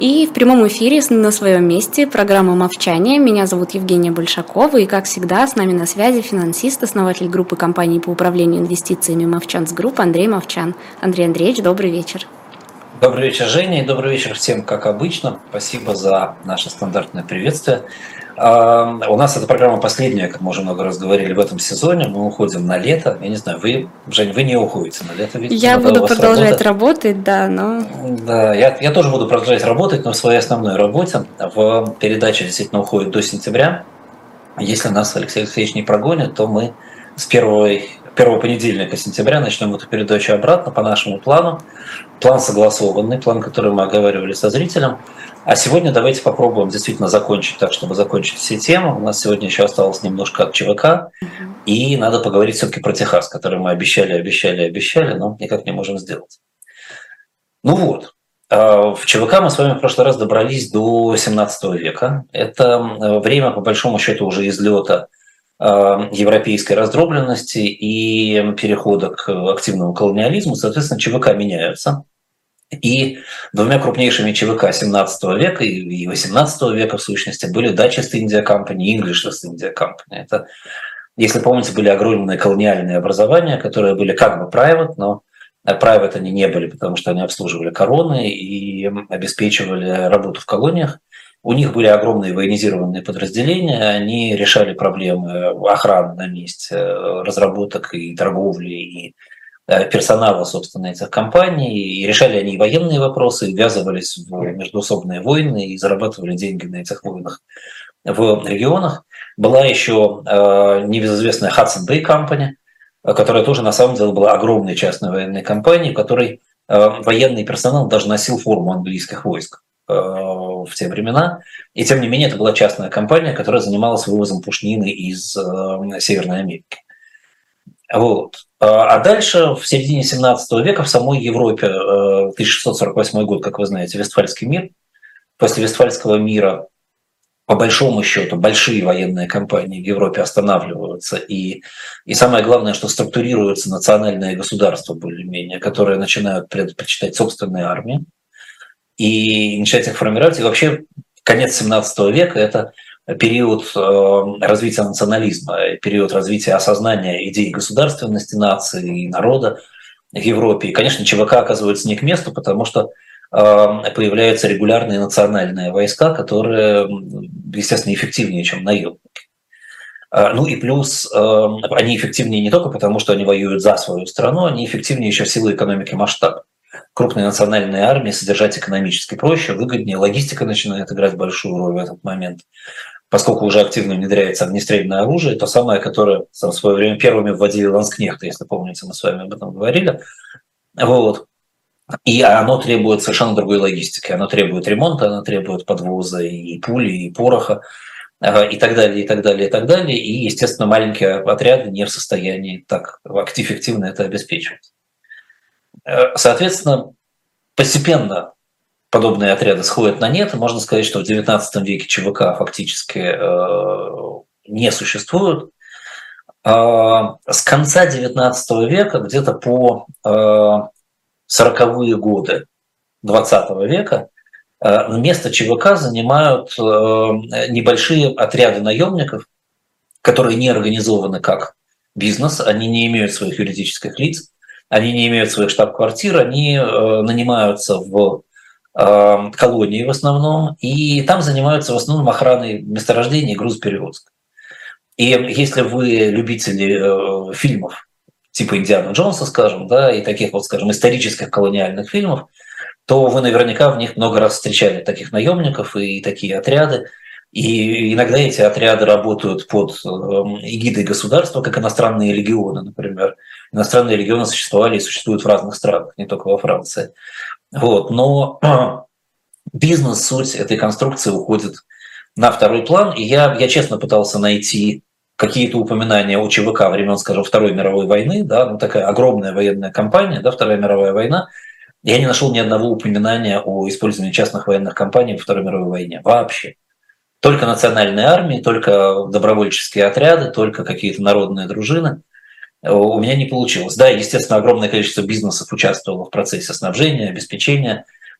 И в прямом эфире на своем месте программа «Мовчание». Меня зовут Евгения Большакова, и, как всегда, с нами на связи финансист, основатель группы компаний по управлению инвестициями «Мовчанс Групп» Андрей Мовчан. Андрей Андреевич, добрый вечер. Добрый вечер, Женя, и добрый вечер всем, как обычно. Спасибо за наше стандартное приветствие. У нас эта программа последняя, как мы уже много раз говорили, в этом сезоне. Мы уходим на лето. Я не знаю, Жень, вы не уходите на лето, видите? Я буду продолжать работать, да, но... Да, я тоже буду продолжать работать, но в своей основной работе. В передаче действительно уходит до сентября. Если нас Алексей Алексеевич не прогонит, то мы с первого понедельника сентября начнем эту передачу обратно по нашему плану. План согласованный, план, который мы оговаривали со зрителем. А сегодня давайте попробуем действительно закончить так, чтобы закончить все темы. У нас сегодня еще осталось немножко от ЧВК. И надо поговорить все-таки про Техас, который мы обещали, но никак не можем сделать. Ну вот. В ЧВК мы с вами в прошлый раз добрались до 17 века. Это время, по большому счету, уже излета европейской раздробленности и перехода к активному колониализму. Соответственно, ЧВК меняются. И двумя крупнейшими ЧВК 17 века и 18 века, в сущности, были Dutch East India Company и English East India Company. Это, если помните, были огромные колониальные образования, которые были как бы private, но private они не были, потому что они обслуживали короны и обеспечивали работу в колониях. У них были огромные военизированные подразделения, они решали проблемы охраны на месте, разработок и торговли, и персонала, собственно, этих компаний. И решали они и военные вопросы, и ввязывались в междоусобные войны, и зарабатывали деньги на этих войнах в регионах. Была еще небезызвестная Hudson Bay Company, которая тоже на самом деле была огромной частной военной компанией, в которой военный персонал даже носил форму английских войск в те времена. И тем не менее это была частная компания, которая занималась вывозом пушнины из Северной Америки. Вот. А дальше, в середине 17 века, в самой Европе, 1648 год, как вы знаете, Вестфальский мир. После Вестфальского мира, по большому счету, большие военные кампании в Европе останавливаются. И самое главное, что структурируются национальные государства более-менее, которые начинают предпочитать собственные армии и начать их формировать. И вообще конец 17 века – это период развития национализма, период развития осознания идей государственности нации и народа в Европе. И, конечно, ЧВК оказывается не к месту, потому что появляются регулярные национальные войска, которые, естественно, эффективнее, чем наемники. Ну и плюс они эффективнее не только потому, что они воюют за свою страну, они эффективнее еще в силу экономики масштаба. Крупные национальные армии содержать экономически проще, выгоднее, логистика начинает играть большую роль в этот момент, поскольку уже активно внедряется огнестрельное оружие, то самое, которое в свое время первыми вводили ланскнехты, если помните, мы с вами об этом говорили. Вот. И оно требует совершенно другой логистики. Оно требует ремонта, оно требует подвоза и пули, и пороха, и так далее, и так далее, и так далее. И, естественно, маленькие отряды не в состоянии так эффективно это обеспечивать. Соответственно, постепенно подобные отряды сходят на нет. И можно сказать, что в XIX веке ЧВК фактически не существуют. С конца XIX века, где-то по 40-е годы XX века, место ЧВК занимают небольшие отряды наемников, которые не организованы как бизнес, они не имеют своих юридических лиц, они не имеют своих штаб-квартир, они нанимаются в колонии в основном, и там занимаются в основном охраной месторождений и грузоперевозкой. И если вы любители фильмов типа «Индиана Джонса», скажем, да, и таких вот, скажем, исторических колониальных фильмов, то вы наверняка в них много раз встречали таких наемников и такие отряды. И иногда эти отряды работают под эгидой государства, как иностранные легионы, например. Иностранные легионы существовали и существуют в разных странах, не только во Франции. Вот. Но бизнес, суть этой конструкции уходит на второй план. И я честно пытался найти какие-то упоминания о ЧВК времен, скажем, Второй мировой войны, да, ну такая огромная военная кампания, да, Вторая мировая война. Я не нашел ни одного упоминания о использовании частных военных компаний во Второй мировой войне вообще. Только национальные армии, только добровольческие отряды, только какие-то народные дружины. У меня не получилось. Да, естественно, огромное количество бизнесов участвовало в процессе снабжения, обеспечения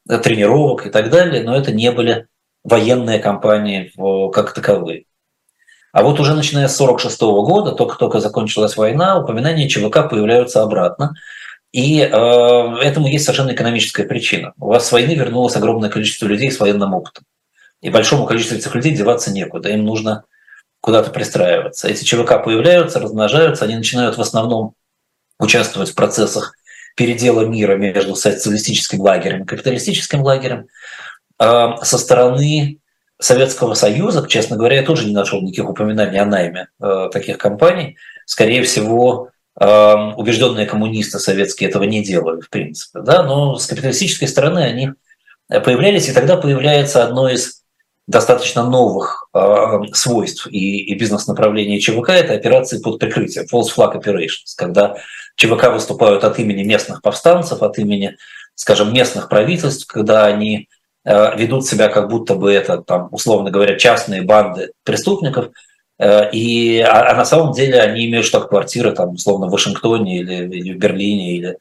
тренировок и так далее, но это не были военные кампании как таковые. А вот уже начиная с 1946 года, только-только закончилась война, упоминания ЧВК появляются обратно. И этому есть совершенно экономическая причина. У вас с войны вернулось огромное количество людей с военным опытом. И большому количеству этих людей деваться некуда, им нужно куда-то пристраиваться. Эти ЧВК появляются, размножаются, они начинают в основном участвовать в процессах передела мира между социалистическим лагерем и капиталистическим лагерем. Со стороны Советского Союза, честно говоря, я тоже не нашел никаких упоминаний о найме таких компаний. Скорее всего, убежденные коммунисты советские этого не делали, в принципе. Да? Но с капиталистической стороны они появлялись, и тогда появляется одно из достаточно новых свойств и бизнес-направлений ЧВК – это операции под прикрытием, false flag operations, когда ЧВК выступают от имени местных повстанцев, от имени, скажем, местных правительств, когда они ведут себя как будто бы это, там, условно говоря, частные банды преступников, а на самом деле они имеют штаб-квартиры, там, условно, в Вашингтоне или в Берлине или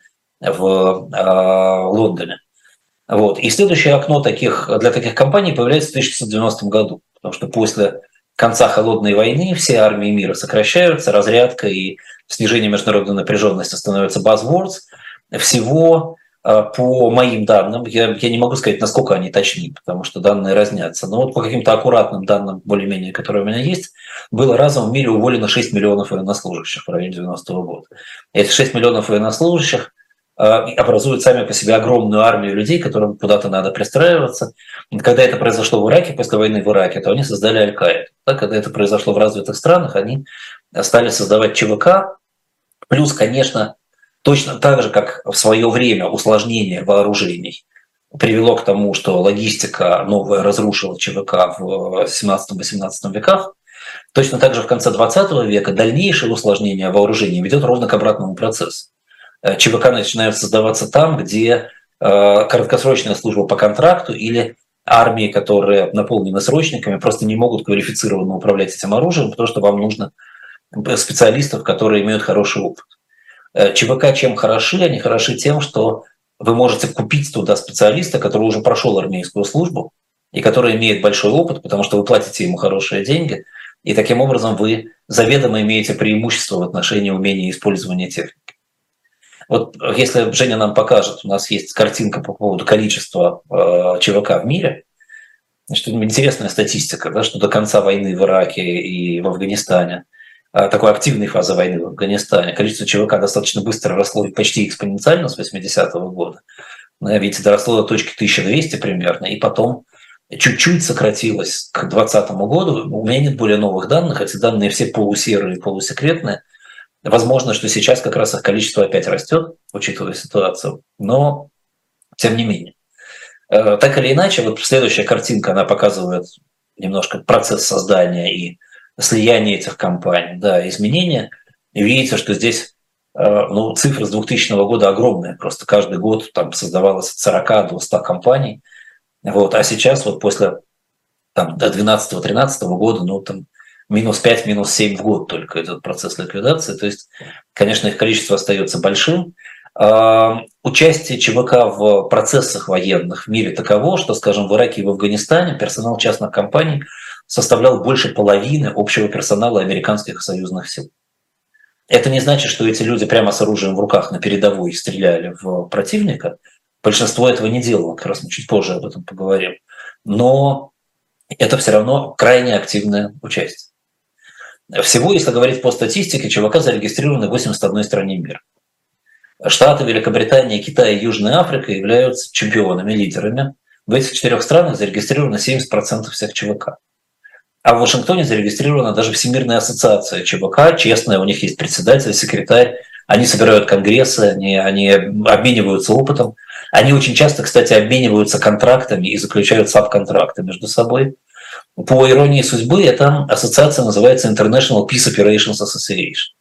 в Лондоне. Вот. И следующее окно для таких компаний появляется в 1990 году, потому что после конца Холодной войны все армии мира сокращаются, разрядка и снижение международной напряженности становятся buzzwords. Всего, по моим данным, я не могу сказать, насколько они точны, потому что данные разнятся, но вот по каким-то аккуратным данным, более-менее, которые у меня есть, было разом в мире уволено 6 миллионов военнослужащих в районе 90-го года. Эти 6 миллионов военнослужащих образуют сами по себе огромную армию людей, которым куда-то надо пристраиваться. И когда это произошло в Ираке, после войны в Ираке, то они создали Аль-Каиду. Когда это произошло в развитых странах, они стали создавать ЧВК. Плюс, конечно, точно так же, как в свое время усложнение вооружений привело к тому, что логистика новая разрушила ЧВК в 17-18 веках, точно так же в конце 20 века дальнейшее усложнение вооружений ведет ровно к обратному процессу. ЧВК начинают создаваться там, где краткосрочная служба по контракту или армии, которые наполнены срочниками, просто не могут квалифицированно управлять этим оружием, потому что вам нужно специалистов, которые имеют хороший опыт. ЧВК чем хороши? Они хороши тем, что вы можете купить туда специалиста, который уже прошел армейскую службу и который имеет большой опыт, потому что вы платите ему хорошие деньги, и таким образом вы заведомо имеете преимущество в отношении умения использования техники. Вот если Женя нам покажет, у нас есть картинка по поводу количества ЧВК в мире, значит, интересная статистика, да, что до конца войны в Ираке и в Афганистане, такой активной фазы войны в Афганистане, количество ЧВК достаточно быстро росло и почти экспоненциально с 80-го года. Видите, доросло до точки 1200 примерно, и потом чуть-чуть сократилось к 2020 году. У меня нет более новых данных, эти данные все полусерые, полусекретные. Возможно, что сейчас как раз их количество опять растет, учитывая ситуацию, но тем не менее. Так или иначе, вот следующая картинка, она показывает немножко процесс создания и слияния этих компаний, да, изменения. И видите, что здесь цифры с 2000 года огромные, просто каждый год там создавалось от 40 до 100 компаний. Вот, а сейчас вот после там, до 12-13 года, там, минус 5, минус 7 в год только идет процесс ликвидации. То есть, конечно, их количество остается большим. Участие ЧВК в процессах военных в мире таково, что, скажем, в Ираке и в Афганистане персонал частных компаний составлял больше половины общего персонала американских и союзных сил. Это не значит, что эти люди прямо с оружием в руках на передовой стреляли в противника. Большинство этого не делало, как раз мы чуть позже об этом поговорим. Но это все равно крайне активное участие. Всего, если говорить по статистике, ЧВК зарегистрированы в 81 стране мира. Штаты, Великобритания, Китай и Южная Африка являются чемпионами, лидерами. В этих 4 странах зарегистрировано 70% всех ЧВК. А в Вашингтоне зарегистрирована даже Всемирная ассоциация ЧВК, честная, у них есть председатель, секретарь, они собирают конгрессы, они обмениваются опытом. Они очень часто, кстати, обмениваются контрактами и заключают сабконтракты между собой. По иронии судьбы, эта ассоциация называется International Peace Operations Association.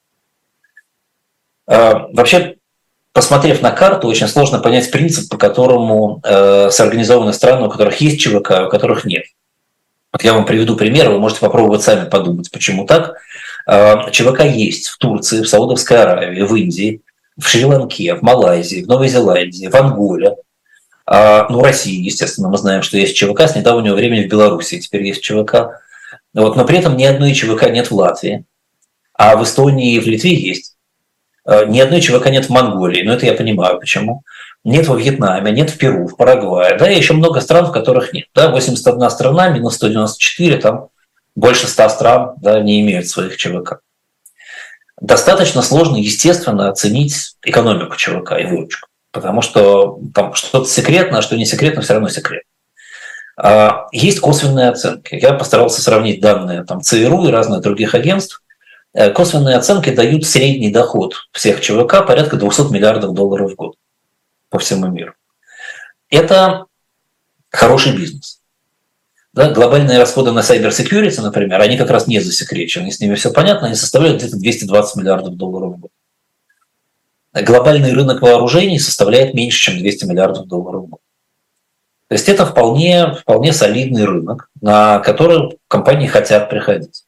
Вообще, посмотрев на карту, очень сложно понять принцип, по которому сорганизованы страны, у которых есть ЧВК, а у которых нет. Вот я вам приведу пример, вы можете попробовать сами подумать, почему так. ЧВК есть в Турции, в Саудовской Аравии, в Индии, в Шри-Ланке, в Малайзии, в Новой Зеландии, в Анголе, Ну, России, естественно, мы знаем, что есть ЧВК, с недавнего времени в Беларуси теперь есть ЧВК. Вот, но при этом ни одной ЧВК нет в Латвии, а в Эстонии и в Литве есть. Ни одной ЧВК нет в Монголии, но это я понимаю почему. Нет во Вьетнаме, нет в Перу, в Парагвае, да, и еще много стран, в которых нет. Да, 81 страна, минус 194, там больше 100 стран, да, не имеют своих ЧВК. Достаточно сложно, естественно, оценить экономику ЧВК и выручку, потому что там что-то секретно, а что не секретно, все равно секрет. Есть косвенные оценки. Я постарался сравнить данные там, ЦРУ и разных других агентств. Косвенные оценки дают средний доход всех ЧВК порядка 200 миллиардов долларов в год по всему миру. Это хороший бизнес. Да, глобальные расходы на cyber security, например, они как раз не засекречены, с ними все понятно, они составляют где-то 220 миллиардов долларов в год. Глобальный рынок вооружений составляет меньше, чем 200 миллиардов долларов в год. То есть это вполне солидный рынок, на который компании хотят приходить.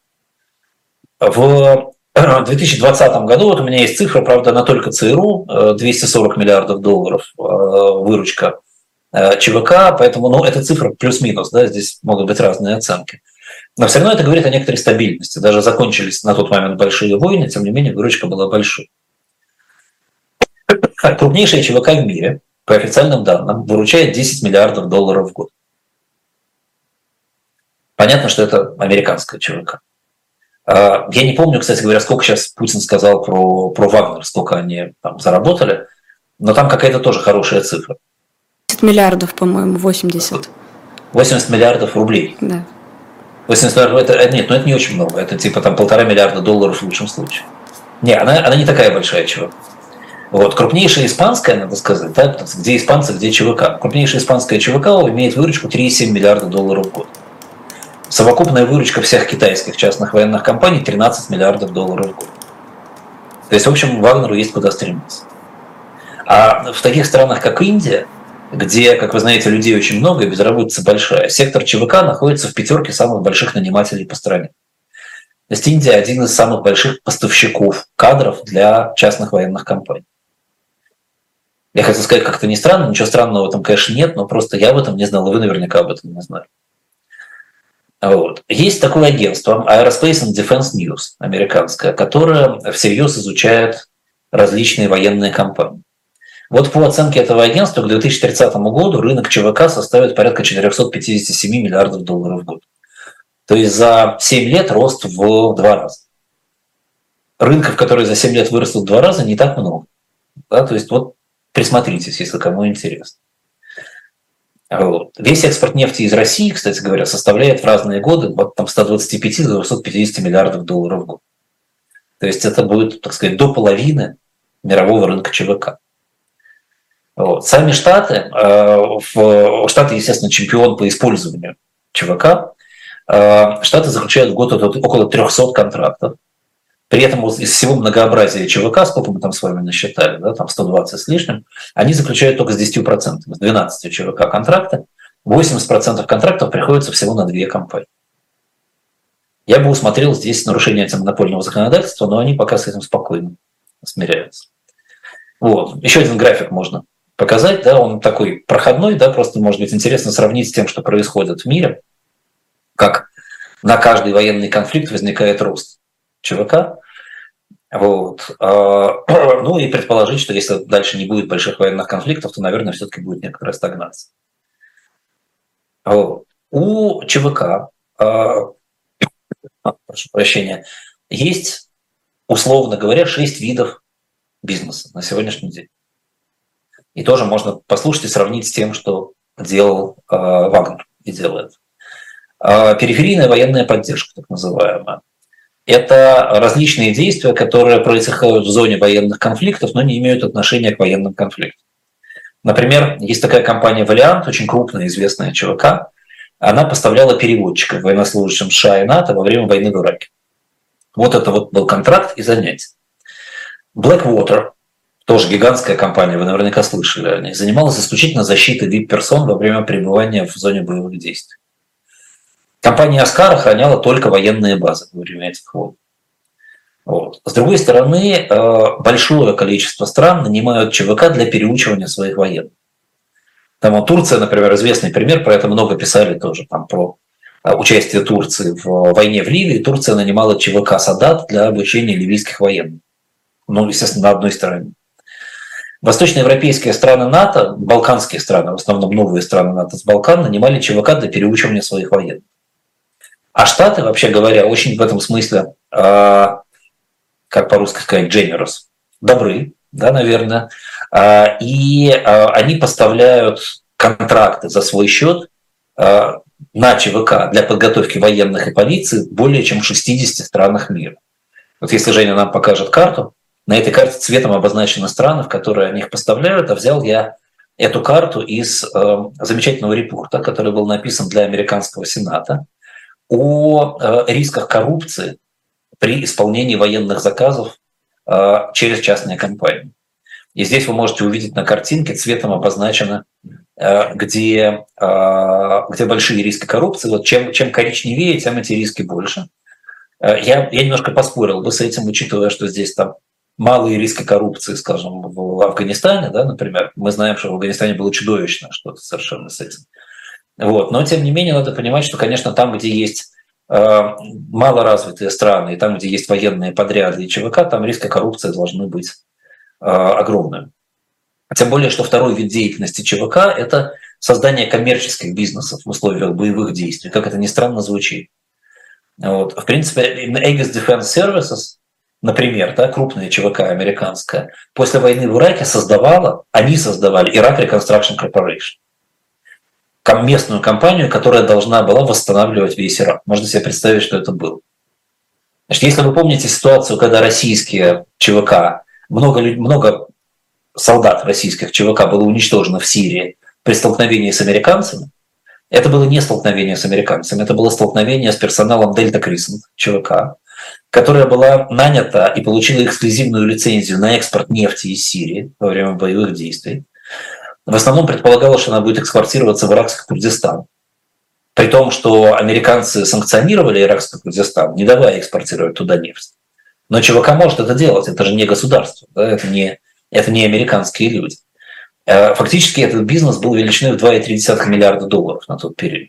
В 2020 году, вот у меня есть цифра, правда, она только ЦРУ, 240 миллиардов долларов выручка ЧВК, поэтому эта цифра плюс-минус, да, здесь могут быть разные оценки. Но все равно это говорит о некоторой стабильности. Даже закончились на тот момент большие войны, тем не менее выручка была большой. Крупнейшая ЧВК в мире, по официальным данным, выручает 10 миллиардов долларов в год. Понятно, что это американская ЧВК. Я не помню, кстати говоря, сколько сейчас Путин сказал про Вагнер, сколько они там заработали, но там какая-то тоже хорошая цифра. 10 миллиардов, по-моему, 80. 80 миллиардов рублей. Да. 80 миллиардов, это не очень много, это типа там 1,5 миллиарда долларов в лучшем случае. Не, она не такая большая ЧВК. Вот, крупнейшая испанская, надо сказать, да, где испанцы, где ЧВК. Крупнейшая испанская ЧВК имеет выручку 3,7 миллиарда долларов в год. Совокупная выручка всех китайских частных военных компаний 13 миллиардов долларов в год. То есть, в общем, Вагнеру есть куда стремиться. А в таких странах, как Индия, где, как вы знаете, людей очень много и безработица большая, сектор ЧВК находится в пятерке самых больших нанимателей по стране. То есть Индия один из самых больших поставщиков кадров для частных военных компаний. Я хотел сказать, как-то не странно, ничего странного в этом, конечно, нет, но просто я об этом не знал, и вы наверняка об этом не знали. Вот. Есть такое агентство Aerospace and Defense News, американское, которое всерьез изучает различные военные компании. Вот по оценке этого агентства к 2030 году рынок ЧВК составит порядка 457 миллиардов долларов в год. То есть за 7 лет рост в 2 раза. Рынков, которые за 7 лет выросли в 2 раза, не так много. Да? То есть вот присмотритесь, если кому интересно. Вот. Весь экспорт нефти из России, кстати говоря, составляет в разные годы от 125 до 250 миллиардов долларов в год. То есть это будет, так сказать, до половины мирового рынка ЧВК. Вот. Сами Штаты, Штаты, естественно, чемпион по использованию ЧВК, Штаты заключают в год около 300 контрактов. При этом из всего многообразия ЧВК, сколько мы там с вами насчитали, да, там 120 с лишним, они заключают только с 10%, с 12 ЧВК контракта. 80% контрактов приходится всего на 2 компании. Я бы усмотрел здесь нарушение антимонопольного законодательства, но они пока с этим спокойно смиряются. Вот. Еще один график можно показать, да, он такой проходной, да, просто может быть интересно сравнить с тем, что происходит в мире, как на каждый военный конфликт возникает рост ЧВК. Вот. Ну и предположить, что если дальше не будет больших военных конфликтов, то, наверное, все-таки будет некоторая стагнация. Вот. У ЧВК, прошу прощения, есть, условно говоря, 6 видов бизнеса на сегодняшний день. И тоже можно послушать и сравнить с тем, что делал Вагнер и делает. Периферийная военная поддержка, так называемая. Это различные действия, которые происходят в зоне военных конфликтов, но не имеют отношения к военным конфликтам. Например, есть такая компания Valiant, очень крупная, известная ЧВК. Она поставляла переводчиков военнослужащим США и НАТО во время войны в Ираке. Вот это вот был контракт и занятие. Blackwater, тоже гигантская компания, вы наверняка слышали о ней, занималась исключительно защитой VIP-персон во время пребывания в зоне боевых действий. Компания Аскар охраняла только военные базы во время этих войн. Вот. С другой стороны, большое количество стран нанимают ЧВК для переучивания своих военных. Там вот Турция, например, известный пример, про это много писали тоже, там, про участие Турции в войне в Ливии. Турция нанимала ЧВК Садат для обучения ливийских военных. Ну, естественно, на одной стороне. Восточноевропейские страны НАТО, балканские страны, в основном новые страны НАТО с Балкан, нанимали ЧВК для переучивания своих военных. А Штаты, вообще говоря, очень в этом смысле, как по-русски сказать, generous, добры, да, наверное, и они поставляют контракты за свой счет на ЧВК для подготовки военных и полиции более чем в 60 странах мира. Вот если Женя нам покажет карту, на этой карте цветом обозначены страны, в которые они их поставляют, а взял я эту карту из замечательного репорта, который был написан для американского Сената о рисках коррупции при исполнении военных заказов через частные компании. И здесь вы можете увидеть на картинке цветом обозначено, где большие риски коррупции. Вот чем коричневее, тем эти риски больше. Я немножко поспорил бы с этим, учитывая, что здесь там малые риски коррупции, скажем, в Афганистане, да, например. Мы знаем, что в Афганистане было чудовищно что-то совершенно с этим. Вот. Но, тем не менее, надо понимать, что, конечно, там, где есть малоразвитые страны, и там, где есть военные подряды и ЧВК, там риски коррупции должны быть огромными. Тем более, что второй вид деятельности ЧВК – это создание коммерческих бизнесов в условиях боевых действий, как это ни странно звучит. Вот. В принципе, Aegis Defense Services, например, да, крупная ЧВК американская, после войны в Ираке они создавали Iraq Reconstruction Corporation, местную компанию, которая должна была восстанавливать весь Ирак. Можно себе представить, что это было. Значит, если вы помните ситуацию, когда российские ЧВК, много солдат российских ЧВК было уничтожено в Сирии при столкновении с американцами, это было не столкновение с американцами, это было столкновение с персоналом Delta Crescent ЧВК, которая была нанята и получила эксклюзивную лицензию на экспорт нефти из Сирии во время боевых действий. В основном предполагалось, что она будет экспортироваться в иракский Курдистан. При том, что американцы санкционировали иракский Курдистан, не давая экспортировать туда нефть. Но ЧВК может это делать, это же не государство, да, это не американские люди. Фактически этот бизнес был величиной в 2,3 миллиарда долларов на тот период.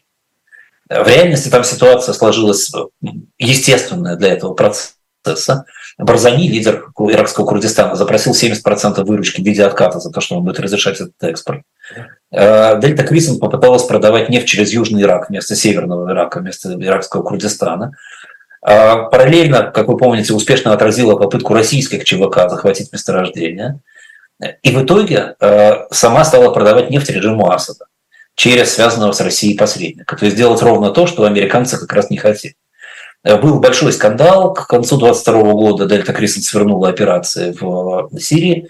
В реальности там ситуация сложилась естественная для этого процесса. Барзани, лидер иракского Курдистана, запросил 70% выручки в виде отката за то, что он будет разрешать этот экспорт. Дельта Крисент попыталась продавать нефть через Южный Ирак вместо Северного Ирака, вместо иракского Курдистана. Параллельно, как вы помните, успешно отразила попытку российских ЧВК захватить месторождение. И в итоге сама стала продавать нефть режиму Асада через связанного с Россией посредника. То есть делать ровно то, что американцы как раз не хотели. Был большой скандал. К концу 2022 года Дельта Крисент свернула операции в Сирии.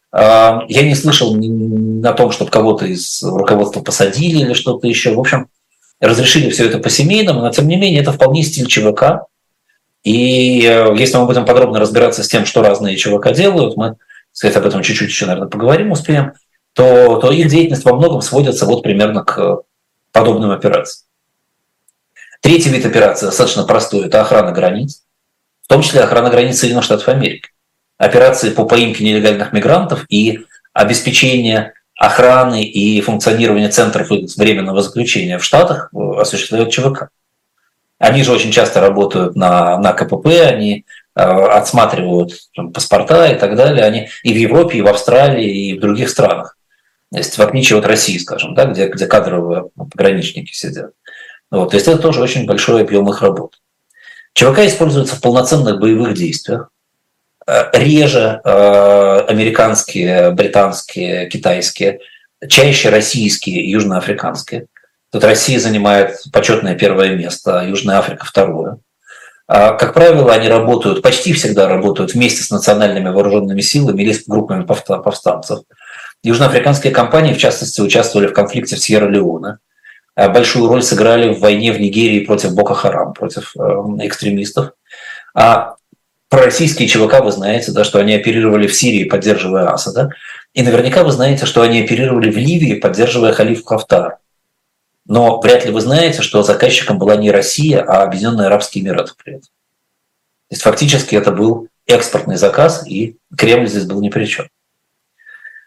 Я не слышал о том, чтобы кого-то из руководства посадили или что-то еще. В общем, разрешили все это по-семейному, но тем не менее это вполне стиль ЧВК. И если мы будем подробно разбираться с тем, что разные ЧВК делают, мы, сказать, об этом чуть-чуть еще, наверное, поговорим, успеем, то их деятельность во многом сводится вот примерно к подобным операциям. Третий вид операции достаточно простой – это охрана границ, в том числе охрана границ Соединенных Штатов Америки. Операции по поимке нелегальных мигрантов и обеспечение охраны и функционирования центров временного заключения в Штатах осуществляют ЧВК. Они же очень часто работают на КПП, они отсматривают паспорта и так далее. Они и в Европе, и в Австралии, и в других странах. То есть в отличие от России, скажем, да, где кадровые пограничники сидят. Вот, то есть это тоже очень большой объем их работы. ЧВК используется в полноценных боевых действиях. Реже американские, британские, китайские, чаще российские и южноафриканские. Тут Россия занимает почетное первое место, а Южная Африка второе. Как правило, они работают, почти всегда работают вместе с национальными вооруженными силами или с группами повстанцев. Южноафриканские компании, в частности, участвовали в конфликте в Сьерра-Леоне. Большую роль сыграли в войне в Нигерии против Боко-Харам, против экстремистов. А пророссийские ЧВК, вы знаете, да, что они оперировали в Сирии, поддерживая Асада. И наверняка вы знаете, что они оперировали в Ливии, поддерживая халифа Хафтара. Но вряд ли вы знаете, что заказчиком была не Россия, а Объединенные Арабские Эмираты при этом. То есть фактически это был экспортный заказ, и Кремль здесь был ни при чем.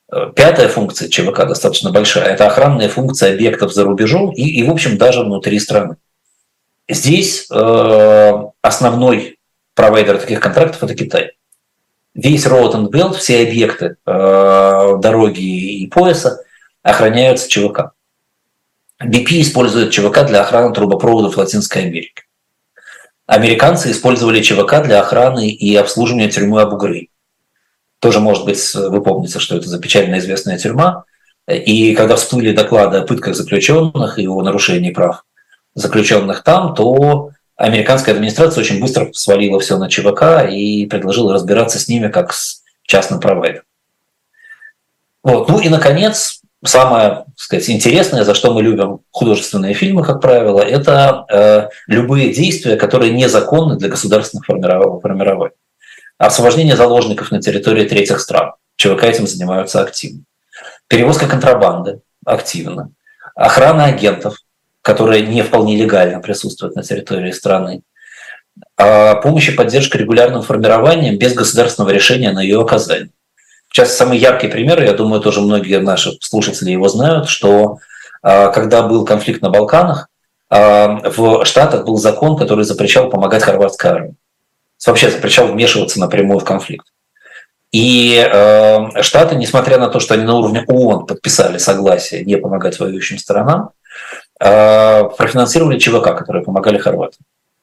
Пятая функция ЧВК достаточно большая. Это охранная функция объектов за рубежом и в общем, даже внутри страны. Здесь основной провайдер таких контрактов – это Китай. Весь Road and Belt, все объекты дороги и пояса охраняются ЧВК. BP использует ЧВК для охраны трубопроводов Латинской Америки. Американцы использовали ЧВК для охраны и обслуживания тюрьмы Абу-Грейб. Тоже, может быть, вы помните, что это за печально известная тюрьма. И когда всплыли доклады о пытках заключенных и о нарушении прав заключенных там, то американская администрация очень быстро свалила все на ЧВК и предложила разбираться с ними как с частным провайдером. Вот. Ну и, наконец, самое, так сказать, интересное, за что мы любим художественные фильмы, как правило, это любые действия, которые незаконны для государственных формирований. Освобождение заложников на территории третьих стран. ЧВК этим занимаются активно. Перевозка контрабанды активно. Охрана агентов, которые не вполне легально присутствуют на территории страны. Помощь и поддержка регулярным формированием без государственного решения на ее оказание. Сейчас самый яркий пример, я думаю, тоже многие наши слушатели его знают, что когда был конфликт на Балканах, в Штатах был закон, который запрещал помогать хорватской армии. Вообще запрещал вмешиваться напрямую в конфликт. И Штаты, несмотря на то, что они на уровне ООН подписали согласие не помогать воюющим сторонам, профинансировали ЧВК, которые помогали хорватам.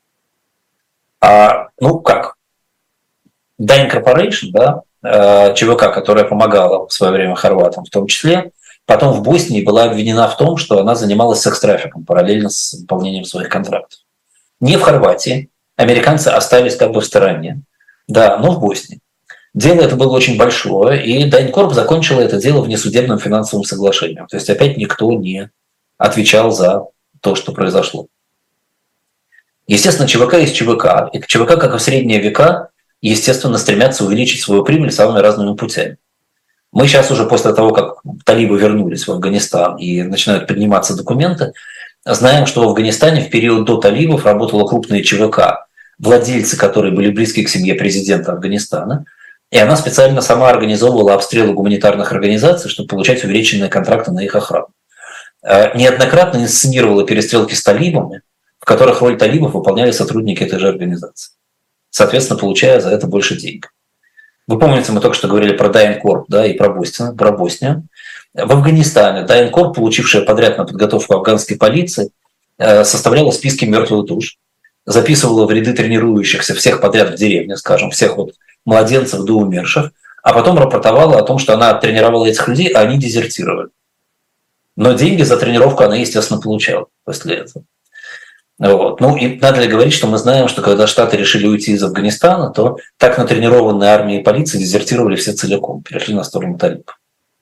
Ну как? Dyn Corporation, да, ЧВК, которая помогала в свое время хорватам в том числе, потом в Боснии была обвинена в том, что она занималась секс-трафиком параллельно с выполнением своих контрактов. Не в Хорватии. Американцы остались как бы в стороне, да, но в Боснии. Дело это было очень большое, и Дайнкорп закончила это дело внесудебным финансовым соглашением. То есть опять никто не отвечал за то, что произошло. Естественно, ЧВК есть ЧВК. И ЧВК, как и в средние века, естественно, стремятся увеличить свою прибыль самыми разными путями. Мы сейчас уже после того, как талибы вернулись в Афганистан и начинают подниматься документы, знаем, что в Афганистане в период до талибов работало крупное ЧВК, владельцы, которые были близки к семье президента Афганистана, и она специально сама организовывала обстрелы гуманитарных организаций, чтобы получать увеличенные контракты на их охрану. Неоднократно инсценировала перестрелки с талибами, в которых роль талибов выполняли сотрудники этой же организации, соответственно, получая за это больше денег. Вы помните, мы только что говорили про Дайнкорп, да, и про Боснию. В Афганистане Дайнкорп, получившая подряд на подготовку афганской полиции, составляла списки мертвых душ, записывала в ряды тренирующихся всех подряд в деревне, скажем, всех вот младенцев до умерших, а потом рапортовала о том, что она тренировала этих людей, а они дезертировали. Но деньги за тренировку она, естественно, получала после этого. Вот. Ну и надо ли говорить, что мы знаем, что когда Штаты решили уйти из Афганистана, то так натренированные армии и полиция дезертировали все целиком, перешли на сторону талибов.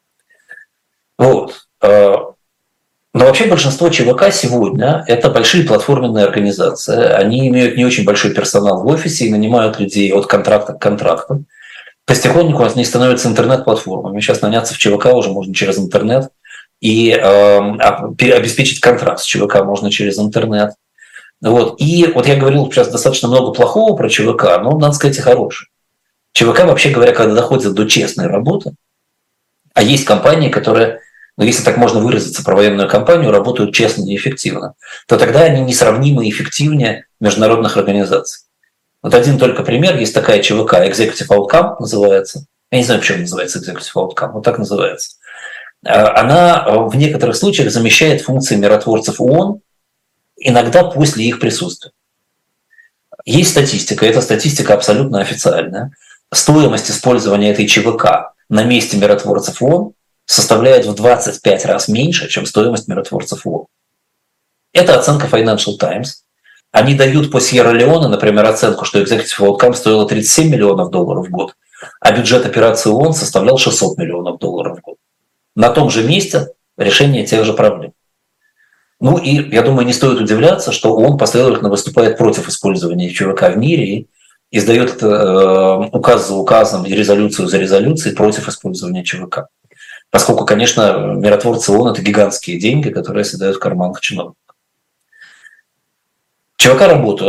Вот. Но вообще большинство ЧВК сегодня – это большие платформенные организации. Они имеют не очень большой персонал в офисе и нанимают людей от контракта к контракту. Потихоньку они становятся интернет-платформами. Сейчас наняться в ЧВК уже можно через интернет. И обеспечить контракт с ЧВК можно через интернет. Вот. И вот я говорил сейчас достаточно много плохого про ЧВК, но надо сказать и хорошее. ЧВК, вообще говоря, когда доходит до честной работы, а есть компании, которые, ну, если так можно выразиться про военную компанию, работают честно и эффективно, то тогда они несравнимо эффективнее международных организаций. Вот один только пример, есть такая ЧВК, Executive Outcome называется. Я не знаю, почему называется Executive Outcome, вот так называется. Она в некоторых случаях замещает функции миротворцев ООН, иногда после их присутствия. Есть статистика, эта статистика абсолютно официальная. Стоимость использования этой ЧВК на месте миротворцев ООН составляет в 25 раз меньше, чем стоимость миротворцев ООН. Это оценка Financial Times. Они дают по Сьерра-Леоне, например, оценку, что Executive Outcome стоило $37 миллионов в год, а бюджет операции ООН составлял $600 миллионов в год. На том же месте решение тех же проблем. Ну и, я думаю, не стоит удивляться, что ООН последовательно выступает против использования ЧВК в мире и издает указ за указом и резолюцию за резолюцией против использования ЧВК. Поскольку, конечно, миротворцы ООН – это гигантские деньги, которые оседают в карманах чиновников. ЧВК работают,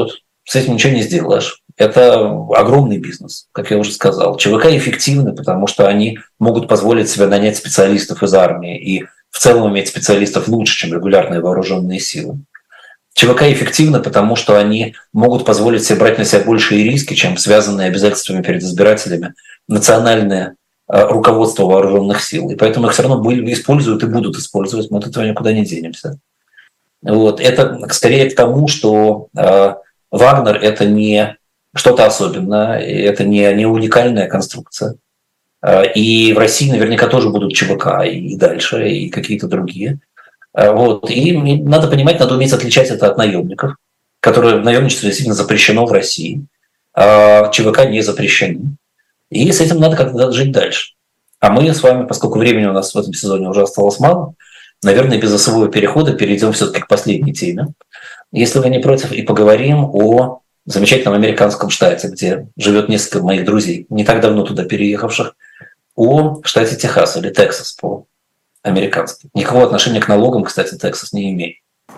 с этим ничего не сделаешь. Это огромный бизнес, как я уже сказал. ЧВК эффективны, потому что они могут позволить себе нанять специалистов из армии и в целом иметь специалистов лучше, чем регулярные вооруженные силы. ЧВК эффективны, потому что они могут позволить себе брать на себя большие риски, чем связанные обязательствами перед избирателями национальное руководство вооруженных сил. И поэтому их все равно используют и будут использовать. Мы от этого никуда не денемся. Вот. Это скорее к тому, что Вагнер – это не что-то особенное, это не уникальная конструкция. И в России наверняка тоже будут ЧВК и дальше, и какие-то другие. Вот. И надо понимать, надо уметь отличать это от наемников, которые наемничество действительно запрещено в России, а ЧВК не запрещены. И с этим надо как-то жить дальше. А мы с вами, поскольку времени у нас в этом сезоне уже осталось мало, наверное, без особого перехода перейдем все-таки к последней теме, если вы не против, и поговорим о замечательном американском штате, где живет несколько моих друзей, не так давно туда переехавших, о штате Техас или Тексас по-американски. Никакого отношения к налогам, кстати, Тексас не имеет.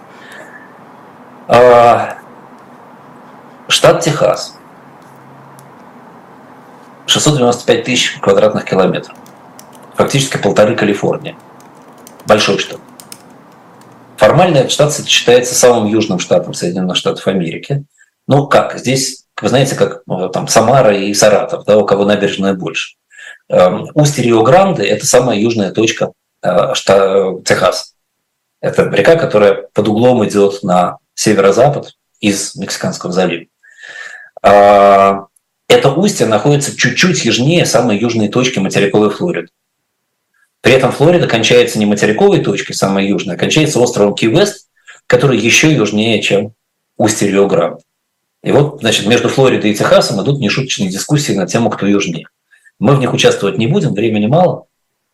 Штат Техас. 695 тысяч квадратных километров. Фактически 1,5 Калифорнии. Большой штат. Формально этот штат считается самым южным штатом Соединенных Штатов Америки. Ну как, здесь, вы знаете, как там Самара и Саратов, да, у кого набережная больше. Устье Рио-Гранде – это самая южная точка штата Техас. Это река, которая под углом идет на северо-запад из Мексиканского залива. Это устье находится чуть-чуть южнее самой южной точки материковой Флориды. При этом Флорида кончается не материковой точкой, самой южной, а кончается островом Ки-Вест, который еще южнее, чем устье Рио-Гранде. И вот, значит, между Флоридой и Техасом идут нешуточные дискуссии на тему, кто южнее. Мы в них участвовать не будем, времени мало.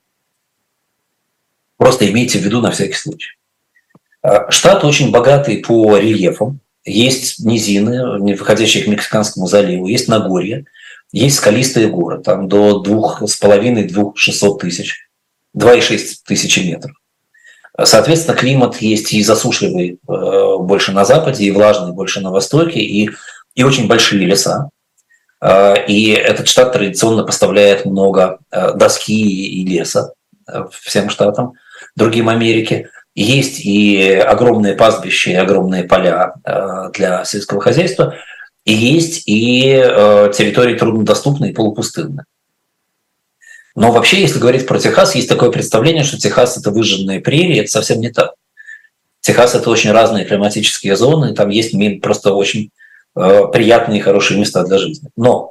Просто имейте в виду на всякий случай. Штат очень богатый по рельефу. Есть низины, выходящие к Мексиканскому заливу, есть Нагорье, есть скалистые горы, там до 2,5-2,600 тысяч, 2,6 тысячи метров. Соответственно, климат есть и засушливый больше на западе, и влажный больше на востоке, и очень большие леса. И этот штат традиционно поставляет много доски и леса всем штатам, другим Америки. Есть и огромные пастбища, и огромные поля для сельского хозяйства, и есть и территории труднодоступные и полупустынные. Но вообще, если говорить про Техас, есть такое представление, что Техас – это выжженные прерии, это совсем не так. Техас – это очень разные климатические зоны, там есть просто очень приятные и хорошие места для жизни. Но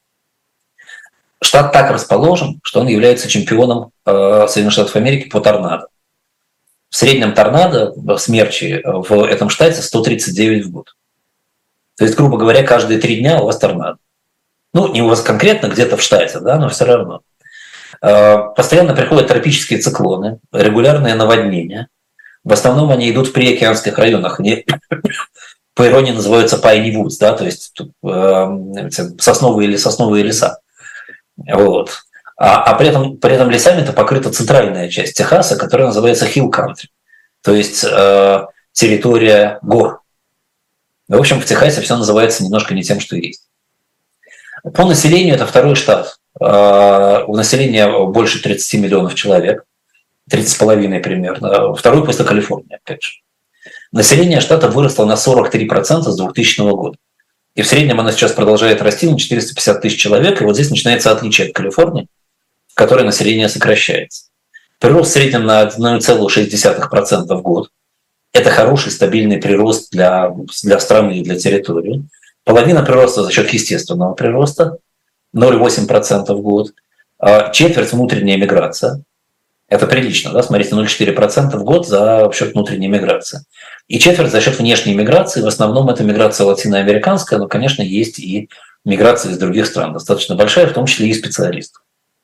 штат так расположен, что он является чемпионом Соединенных Штатов Америки по торнадо. В среднем торнадо, смерчи в этом штате 139 в год. То есть, грубо говоря, каждые 3 дня у вас торнадо. Ну, не у вас конкретно, где-то в штате, да, но все равно. Постоянно приходят тропические циклоны, регулярные наводнения. В основном они идут в приокеанских районах. Они, по иронии, называются Piney Woods, да, то есть сосновые леса. Вот. А при этом лесами-то покрыта центральная часть Техаса, которая называется Hill Country, то есть территория гор. В общем, в Техасе все называется немножко не тем, что есть. По населению это второй штат. У населения больше 30 миллионов человек, 30,5 примерно. Второй после Калифорнии, опять же. Население штата выросло на 43% с 2000 года. И в среднем оно сейчас продолжает расти на 450 тысяч человек. И вот здесь начинается отличие от Калифорнии, в которой население сокращается. Прирост в среднем на 1,6% в год. Это хороший стабильный прирост для страны и для территории. Половина прироста за счет естественного прироста, 0,8% в год. Четверть внутренняя миграция. Это прилично, да? Смотрите, 0,4% в год за счет внутренней миграции. И четверть за счет внешней миграции. В основном это миграция латиноамериканская, но, конечно, есть и миграция из других стран, достаточно большая, в том числе и специалистов.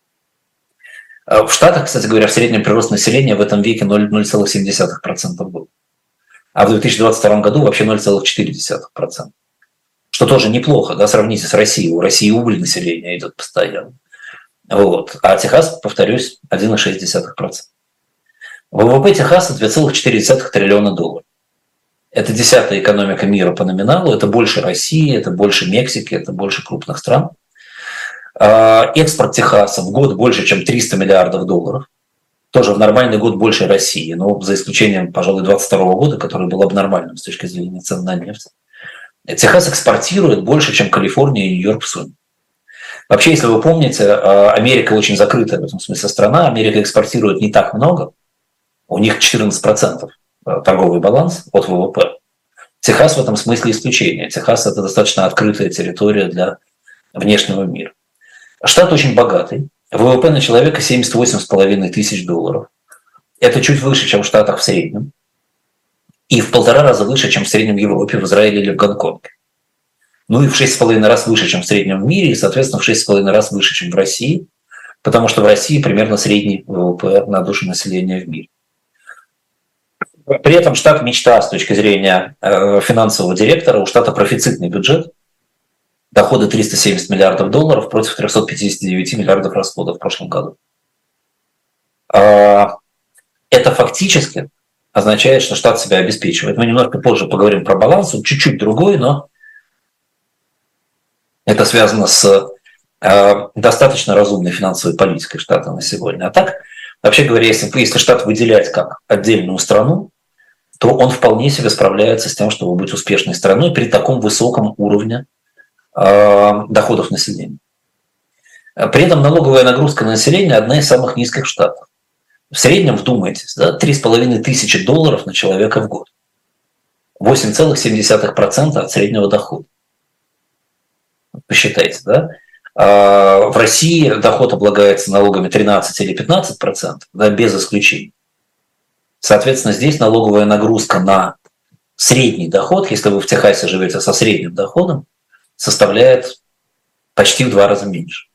В Штатах, кстати говоря, в среднем прирост населения в этом веке 0,7% в год. А в 2022 году вообще 0,4%. Что тоже неплохо, да, сравните с Россией. У России убыль населения идет постоянно. Вот. А Техас, повторюсь, 1,6%. ВВП Техаса $2,4 триллиона. Это 10-я экономика мира по номиналу, это больше России, это больше Мексики, это больше крупных стран. Экспорт Техаса в год больше, чем 300 миллиардов долларов. Тоже в нормальный год больше России, но за исключением, пожалуй, 2022 года, который был абнормальным с точки зрения цен на нефть. Техас экспортирует больше, чем Калифорния и Нью-Йорк в сумме. Вообще, если вы помните, Америка очень закрытая в этом смысле страна. Америка экспортирует не так много. У них 14% торговый баланс от ВВП. Техас в этом смысле исключение. Техас – это достаточно открытая территория для внешнего мира. Штат очень богатый. ВВП на человека 78,5 тысяч долларов. Это чуть выше, чем в Штатах в среднем. И в 1,5 раза выше, чем в среднем в Европе, в Израиле или в Гонконге. Ну и в 6,5 раз выше, чем в среднем в мире, и, соответственно, в 6,5 раз выше, чем в России, потому что в России примерно средний ВВП на душу населения в мире. При этом штат мечта с точки зрения финансового директора. У штата профицитный бюджет, доходы 370 миллиардов долларов против 359 миллиардов расходов в прошлом году. Это фактически означает, что штат себя обеспечивает. Мы немножко позже поговорим про баланс, он чуть-чуть другой, но это связано с достаточно разумной финансовой политикой штата на сегодня. А так, вообще говоря, если штат выделять как отдельную страну, то он вполне себе справляется с тем, чтобы быть успешной страной при таком высоком уровне доходов населения. При этом налоговая нагрузка на население одна из самых низких в штатах. В среднем, вдумайтесь, да, 3,5 тысячи долларов на человека в год. 8,7% от среднего дохода. Посчитайте, да? В России доход облагается налогами 13 или 15%, да, без исключений. Соответственно, здесь налоговая нагрузка на средний доход, если вы в Техасе живете со средним доходом, составляет почти в 2 раза меньше.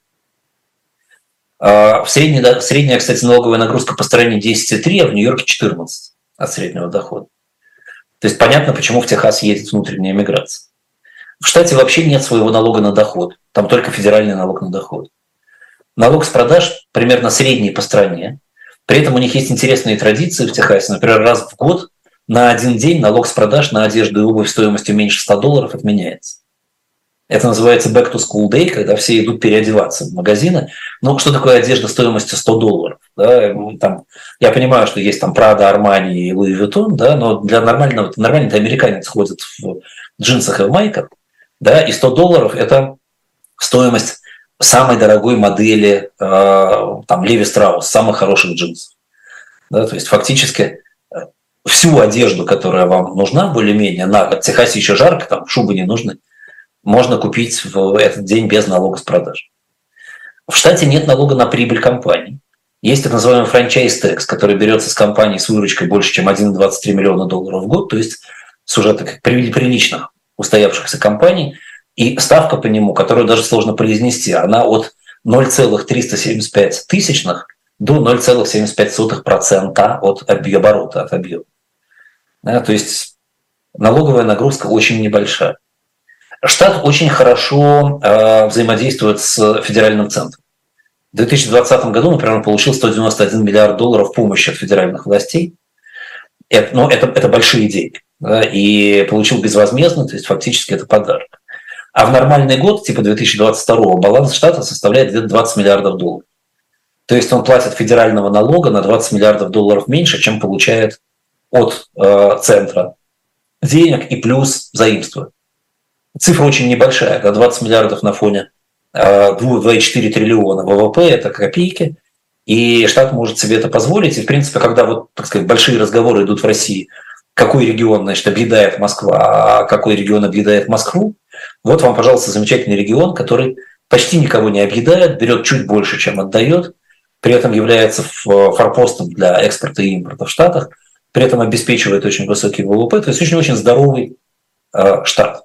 Средняя, кстати, налоговая нагрузка по стране 10,3, а в Нью-Йорке 14 от среднего дохода. То есть понятно, почему в Техас едет внутренняя миграция. В штате вообще нет своего налога на доход, там только федеральный налог на доход. Налог с продаж примерно средний по стране. При этом у них есть интересные традиции в Техасе. Например, раз в год на один день налог с продаж на одежду и обувь стоимостью меньше 100 долларов отменяется. Это называется back to school day, когда все идут переодеваться в магазины. Ну, что такое одежда стоимостью 100 долларов? Да? Там, я понимаю, что есть там Prada, Armani и Louis Vuitton, да? Но для нормальный американец ходит в джинсах и в майках, да? И 100 долларов – это стоимость самой дорогой модели там, Levi Strauss, самых хороших джинсов. Да? То есть фактически всю одежду, которая вам нужна более-менее, в Техасе еще жарко, там шубы не нужны, можно купить в этот день без налога с продаж. В штате нет налога на прибыль компаний. Есть так называемый франчайз-текс, который берется с компаний с выручкой больше, чем 1,23 миллиона долларов в год, то есть с уже таких приличных устоявшихся компаний, и ставка по нему, которую даже сложно произнести, она от 0,375 тысячных до 0,75% от оборота, от объема. Да, то есть налоговая нагрузка очень небольшая. Штат очень хорошо взаимодействует с федеральным центром. В 2020 году, например, он получил 191 миллиард долларов помощи от федеральных властей. Это большие деньги. Да, и получил безвозмездно, то есть фактически это подарок. А в нормальный год, типа 2022, баланс штата составляет где-то 20 миллиардов долларов. То есть он платит федерального налога на 20 миллиардов долларов меньше, чем получает от центра денег и плюс заимствует. Цифра очень небольшая, 20 миллиардов на фоне 2,4 триллиона ВВП, это копейки, и штат может себе это позволить. И, в принципе, когда вот, так сказать, большие разговоры идут в России, какой регион, значит, объедает Москва, а какой регион объедает Москву, вот вам, пожалуйста, замечательный регион, который почти никого не объедает, берет чуть больше, чем отдает, при этом является форпостом для экспорта и импорта в Штатах, при этом обеспечивает очень высокий ВВП, то есть очень-очень здоровый штат.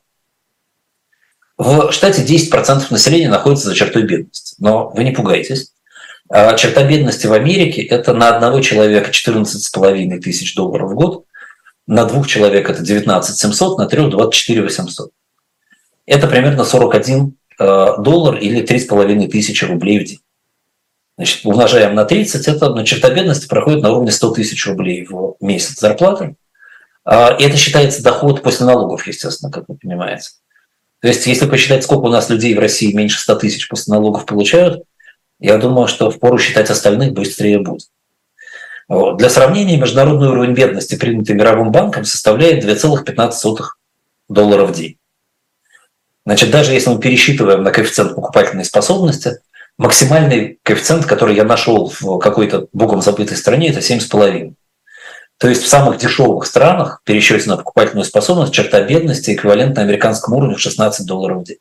В штате 10% населения находится за чертой бедности, но вы не пугайтесь. Черта бедности в Америке – это на одного человека 14,5 тысяч долларов в год, на 2 человек это 19 700, на 3 – 24 800. Это примерно 41 доллар или 3,5 тысячи рублей в день. Значит, умножаем на 30, это черта бедности проходит на уровне 100 тысяч рублей в месяц зарплаты. И это считается доход после налогов, естественно, как вы понимаете. То есть, если посчитать, сколько у нас людей в России меньше 100 тысяч после налогов получают, я думаю, что впору считать остальных быстрее будет. Вот. Для сравнения, международный уровень бедности, принятый Мировым банком, составляет $2,15 в день. Значит, даже если мы пересчитываем на коэффициент покупательной способности, максимальный коэффициент, который я нашел в какой-то богом забытой стране, это 7,5. То есть в самых дешевых странах в пересчете на покупательную способность черта бедности эквивалентна американскому уровню в $16 в день.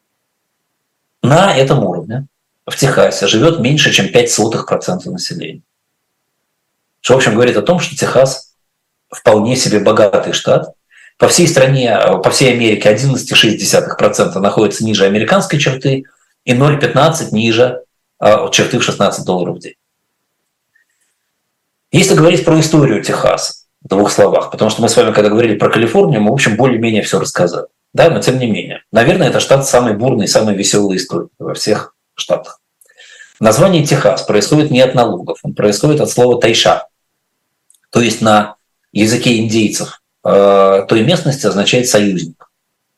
На этом уровне в Техасе живет меньше, чем 0,05% населения. Что, в общем, говорит о том, что Техас вполне себе богатый штат. По всей стране, по всей Америке 11,6% находится ниже американской черты и 0,15 ниже черты в $16 в день. Если говорить про историю Техаса в двух словах, потому что мы с вами, когда говорили про Калифорнию, мы, в общем, более-менее все рассказали. Да, но тем не менее. Наверное, это штат с самой бурной, самой веселой историей во всех штатах. Название Техас происходит не от налогов, он происходит от слова «тайша», то есть на языке индейцев той местности означает «союзник».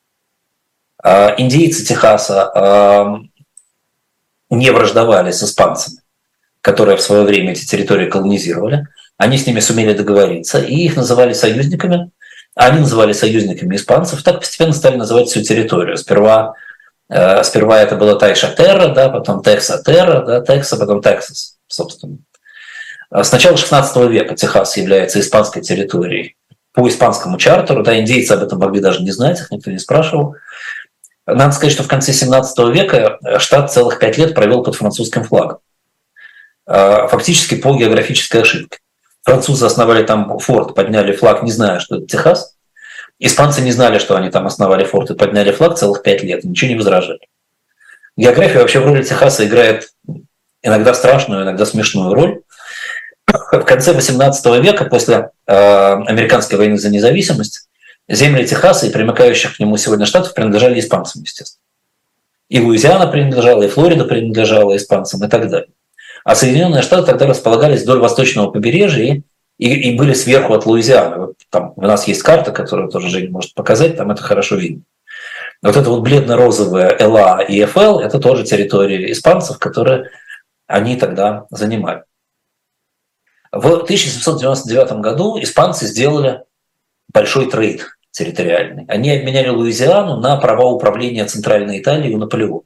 Индейцы Техаса не враждовали с испанцами, которые в свое время эти территории колонизировали. Они с ними сумели договориться, и их называли союзниками. Они называли союзниками испанцев, так постепенно стали называть всю территорию. Сперва это было Тайша-Терра, да, потом Текса-Терра, да, Текса, потом Тексас, собственно. С начала XVI века Техас является испанской территорией по испанскому чартеру. Да, индейцы об этом могли даже не знать, их никто не спрашивал. Надо сказать, что в конце XVII века штат целых 5 лет провел под французским флагом. Фактически по географической ошибке. Французы основали там форт, подняли флаг, не зная, что это Техас. Испанцы не знали, что они там основали форт и подняли флаг целых 5 лет, ничего не возражали. География вообще в роли Техаса играет иногда страшную, иногда смешную роль. В конце XVIII века, после американской войны за независимость, земли Техаса и примыкающих к нему сегодня штатов принадлежали испанцам, естественно. И Луизиана принадлежала, и Флорида принадлежала испанцам, и так далее. А Соединенные Штаты тогда располагались вдоль восточного побережья и были сверху от Луизианы. Вот там у нас есть карта, которую тоже Женя может показать, там это хорошо видно. Вот это вот бледно-розовые ЛА и ФЛ – это тоже территории испанцев, которые они тогда занимали. В 1799 году испанцы сделали большой трейд территориальный. Они обменяли Луизиану на права управления Центральной Италией у Наполеона.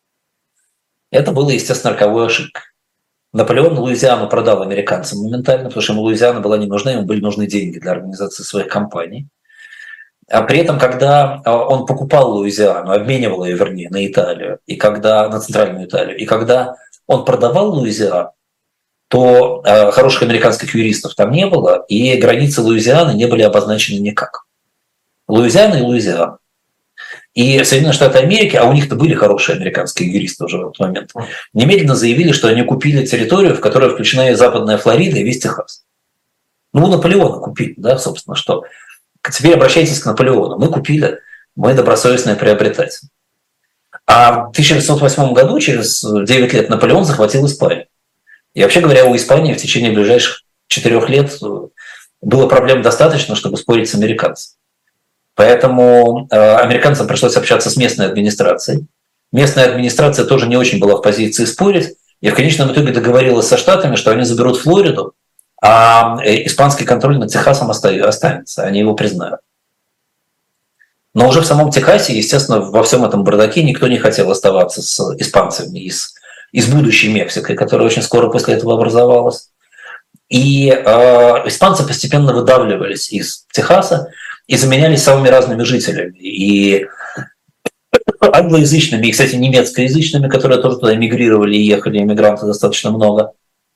Это было, естественно, роковой ошибкой. Наполеон Луизиану продал американцам моментально, потому что ему Луизиана была не нужна, ему были нужны деньги для организации своих компаний. А при этом, когда он покупал Луизиану, обменивал ее, вернее, на Италию, на Центральную Италию, и когда он продавал Луизиану, то хороших американских юристов там не было, и границы Луизианы не были обозначены никак. Луизиана и Луизиана. И Соединенные Штаты Америки, а у них-то были хорошие американские юристы уже в этот момент, немедленно заявили, что они купили территорию, в которой включена и Западная Флорида, и весь Техас. Ну, у Наполеона купили, да, собственно, что. Теперь обращайтесь к Наполеону. Мы купили, мы добросовестные приобретатели. А в 1808 году, через 9 лет, Наполеон захватил Испанию. И вообще говоря, у Испании в течение ближайших 4 лет было проблем достаточно, чтобы спорить с американцами. Поэтому американцам пришлось общаться с местной администрацией. Местная администрация тоже не очень была в позиции спорить, и в конечном итоге договорилась со Штатами, что они заберут Флориду, а испанский контроль над Техасом останется, они его признают. Но уже в самом Техасе, естественно, во всем этом бардаке никто не хотел оставаться с испанцами из будущей Мексикой, которая очень скоро после этого образовалась. И испанцы постепенно выдавливались из Техаса и заменялись самыми разными жителями. И англоязычными, и, кстати, немецкоязычными, которые тоже туда эмигрировали и ехали, эмигранты достаточно много.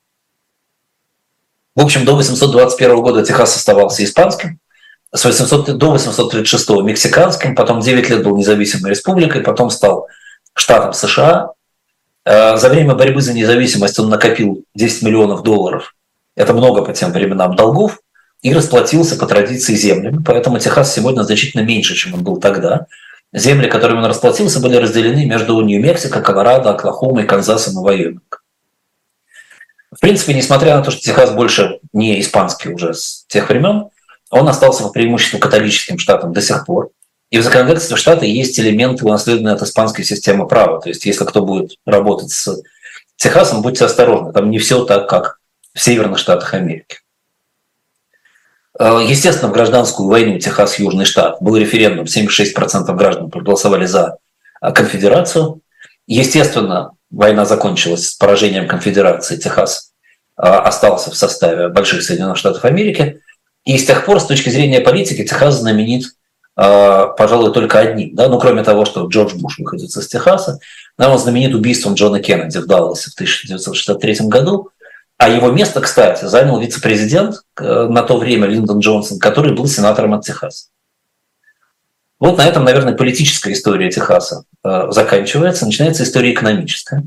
В общем, до 821 года Техас оставался испанским, до 836 мексиканским, потом 9 лет был независимой республикой, потом стал штатом США. За время борьбы за независимость он накопил $10 миллионов, это много по тем временам, долгов, и расплатился по традиции землями. Поэтому Техас сегодня значительно меньше, чем он был тогда. Земли, которыми он расплатился, были разделены между Нью-Мексико, Колорадо, Оклахомой, Канзасом и Вайомингом. В принципе, несмотря на то, что Техас больше не испанский уже с тех времен, он остался по преимуществу католическим штатом до сих пор. И в законодательстве штата есть элементы, унаследованные от испанской системы права. То есть если кто будет работать с Техасом, будьте осторожны, там не все так, как в северных штатах Америки. Естественно, в гражданскую войну Техас – Южный штат был референдум, 76% граждан проголосовали за конфедерацию. Естественно, война закончилась с поражением конфедерации, Техас остался в составе больших Соединенных Штатов Америки. И с тех пор, с точки зрения политики, Техас знаменит, пожалуй, только одним. Да? Ну, кроме того, что Джордж Буш выходит из Техаса, он знаменит убийством Джона Кеннеди в Далласе в 1963 году. А его место, кстати, занял вице-президент на то время Линдон Джонсон, который был сенатором от Техаса. Вот на этом, наверное, политическая история Техаса заканчивается. Начинается история экономическая.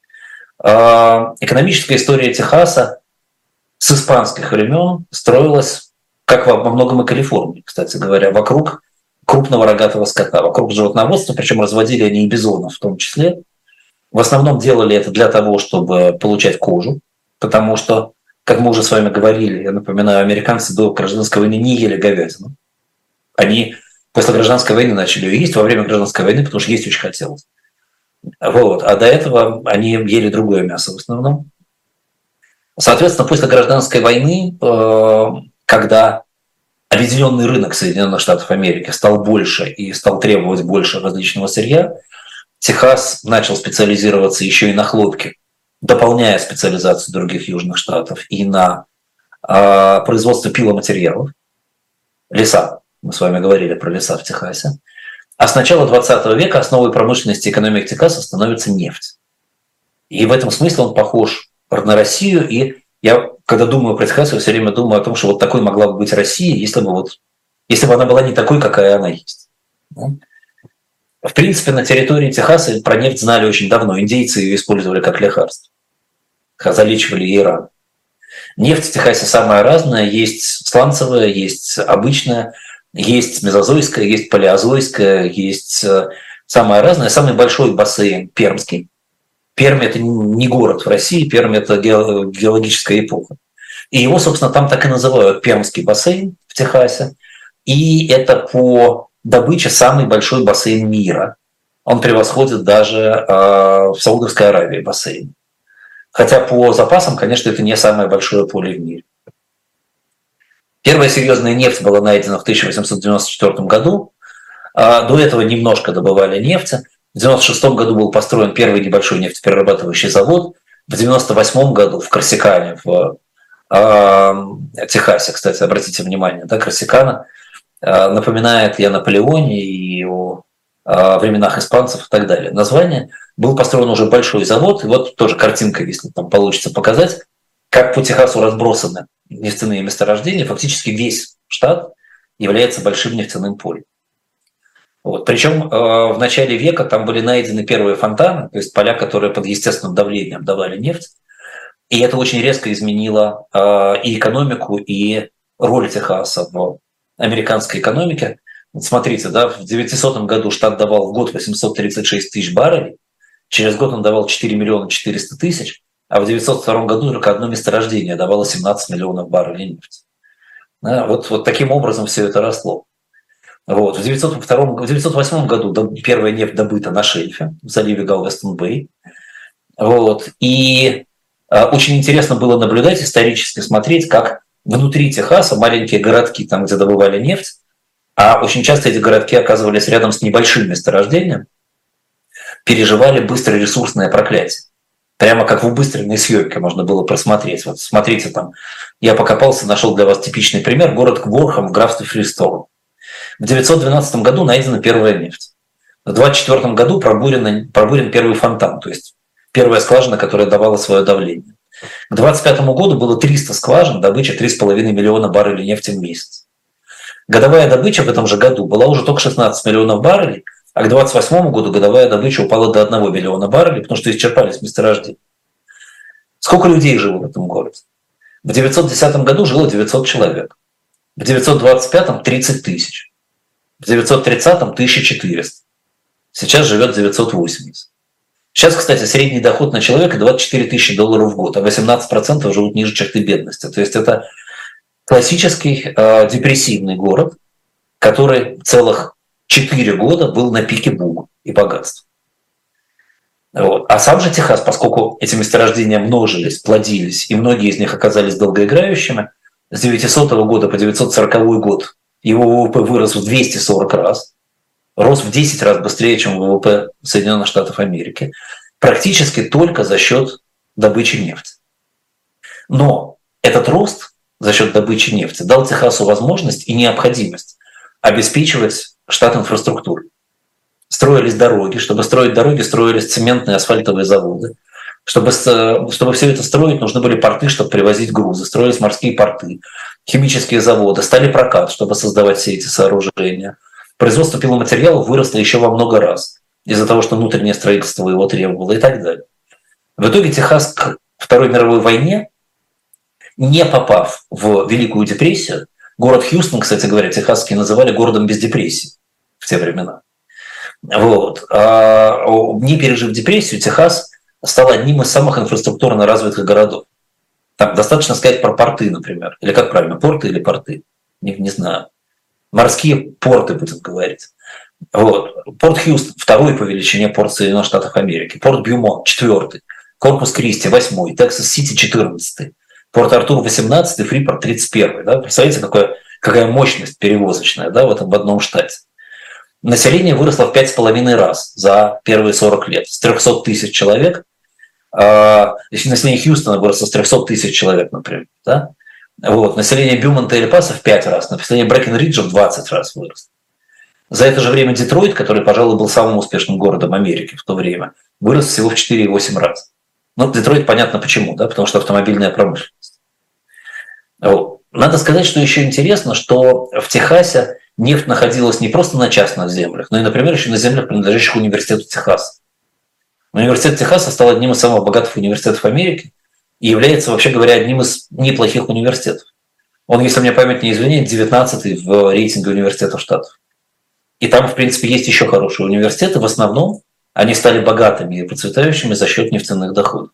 Экономическая история Техаса с испанских времен строилась, как во многом и Калифорнии, кстати говоря, вокруг крупного рогатого скота, вокруг животноводства, причем разводили они и бизонов в том числе. В основном делали это для того, чтобы получать кожу, потому что, как мы уже с вами говорили, я напоминаю, американцы до гражданской войны не ели говядину. Они после гражданской войны начали ее есть во время гражданской войны, потому что есть очень хотелось. Вот. А до этого они ели другое мясо в основном. Соответственно, после гражданской войны, когда объединенный рынок Соединенных Штатов Америки стал больше и стал требовать больше различного сырья, Техас начал специализироваться еще и на хлопке, дополняя специализацию других южных штатов и на производство пиломатериалов, леса. Мы с вами говорили про леса в Техасе. А с начала 20 века основой промышленности и экономики Техаса становится нефть. И в этом смысле он похож на Россию. И я, когда думаю про Техас, я все время думаю о том, что вот такой могла бы быть Россия, если бы она была не такой, какая она есть. В принципе, на территории Техаса про нефть знали очень давно. Индейцы ее использовали как лекарство. Залечивали ей раны. Нефть в Техасе самая разная. Есть сланцевая, есть обычная, есть мезозойская, есть палеозойская, есть самая разная. Самый большой бассейн пермский. Пермь – это не город в России, Пермь – это геологическая эпоха. И его, собственно, там так и называют Пермский бассейн в Техасе. И это по добыче самый большой бассейн мира. Он превосходит даже в Саудовской Аравии бассейн. Хотя по запасам, конечно, это не самое большое поле в мире. Первая серьезная нефть была найдена в 1894 году. До этого немножко добывали нефть. В 1996 году был построен первый небольшой нефтеперерабатывающий завод. В 1998 году в Корсикане, в Техасе, кстати, обратите внимание, да, Корсикана напоминает и о Наполеоне, и о временах испанцев и так далее. Название. Был построен уже большой завод, и вот тоже картинка, если там получится показать, как по Техасу разбросаны нефтяные месторождения. Фактически весь штат является большим нефтяным полем. Вот. Причем в начале века там были найдены первые фонтаны, то есть поля, которые под естественным давлением давали нефть. И это очень резко изменило и экономику, и роль Техаса в американской экономике. Вот смотрите, да, в 900 году штат давал в год 836 тысяч баррелей, через год он давал 4 миллиона 400 тысяч, а в 902 году только одно месторождение давало 17 миллионов баррелей нефти. Да, вот таким образом все это росло. Вот. В 908 году первая нефть добыта на шельфе в заливе Галвестон-Бэй. Вот. И очень интересно было наблюдать, исторически смотреть, как внутри Техаса маленькие городки, там, где добывали нефть, а очень часто эти городки оказывались рядом с небольшим месторождением, переживали быстрое ресурсное проклятие. Прямо как в убыстренной съемке можно было просмотреть. Вот смотрите, там я покопался, нашел для вас типичный пример. Город Кворхам в графстве Фристоун. В 912 году найдена первая нефть. В 24 году пробурен первый фонтан, то есть первая скважина, которая давала свое давление. К 25 году было 300 скважин, добыча 3,5 миллиона баррелей нефти в месяц. Годовая добыча в этом же году была уже только 16 миллионов баррелей, а к 28 году годовая добыча упала до 1 миллиона баррелей, потому что исчерпались месторождения. Сколько людей жило в этом городе? В 910 году жило 900 человек, в 925 – 30 тысяч, в 930 – 1400. Сейчас живет 980. Сейчас, кстати, средний доход на человека 24 тысячи долларов в год, а 18% живут ниже черты бедности. То есть это Классический депрессивный город, который целых 4 года был на пике бума и богатства. Вот. А сам же Техас, поскольку эти месторождения множились, плодились, и многие из них оказались долгоиграющими, с 900 года по 940 год его ВВП вырос в 240 раз, рос в 10 раз быстрее, чем ВВП Соединенных Штатов Америки, практически только за счет добычи нефти. Но этот рост за счет добычи нефти дал Техасу возможность и необходимость обеспечивать штат инфраструктуры. Строились дороги, чтобы строить дороги, строились цементные асфальтовые заводы. Чтобы все это строить, нужны были порты, чтобы привозить грузы, строились морские порты, химические заводы, стали прокат, чтобы создавать все эти сооружения. Производство пиломатериалов выросло еще во много раз из-за того, что внутреннее строительство его требовало и так далее. В итоге Техас к Второй мировой войне, не попав в Великую депрессию, город Хьюстон, кстати говоря, техасские называли городом без депрессии в те времена. Вот. Не пережив депрессию, Техас стал одним из самых инфраструктурно развитых городов. Там достаточно сказать про порты, например. Или как правильно, порты или порты? Не знаю. Морские порты, будем говорить. Вот. Порт Хьюстон, второй по величине порт Соединенных Штатов Америки. Порт Бьюмонт, 4-й. Корпус Кристи, 8-й. Тексас-Сити, 14-й. Порт-Артур, 18-й. Фрипорт, 31-й. Да? Представляете, какая мощность перевозочная, да, в одном штате. Население выросло в 5,5 раз за первые 40 лет. С 300 тысяч человек. Если население Хьюстона выросло с 300 тысяч человек, например. Да? Вот. Население Бьюмонта и Эль-Паса в 5 раз. Население Брэкенриджа в 20 раз выросло. За это же время Детройт, который, пожалуй, был самым успешным городом Америки в то время, вырос всего в 4,8 раз. Ну, Детройт понятно почему, да? Потому что автомобильная промышленность. Вот. Надо сказать, что еще интересно, что в Техасе нефть находилась не просто на частных землях, но и, например, еще на землях, принадлежащих университету Техаса. Университет Техаса стал одним из самых богатых университетов Америки и является, вообще говоря, одним из неплохих университетов. Он, если мне память не изменяет, 19-й в рейтинге университетов штатов. И там, в принципе, есть еще хорошие университеты. В основном они стали богатыми и процветающими за счет нефтяных доходов.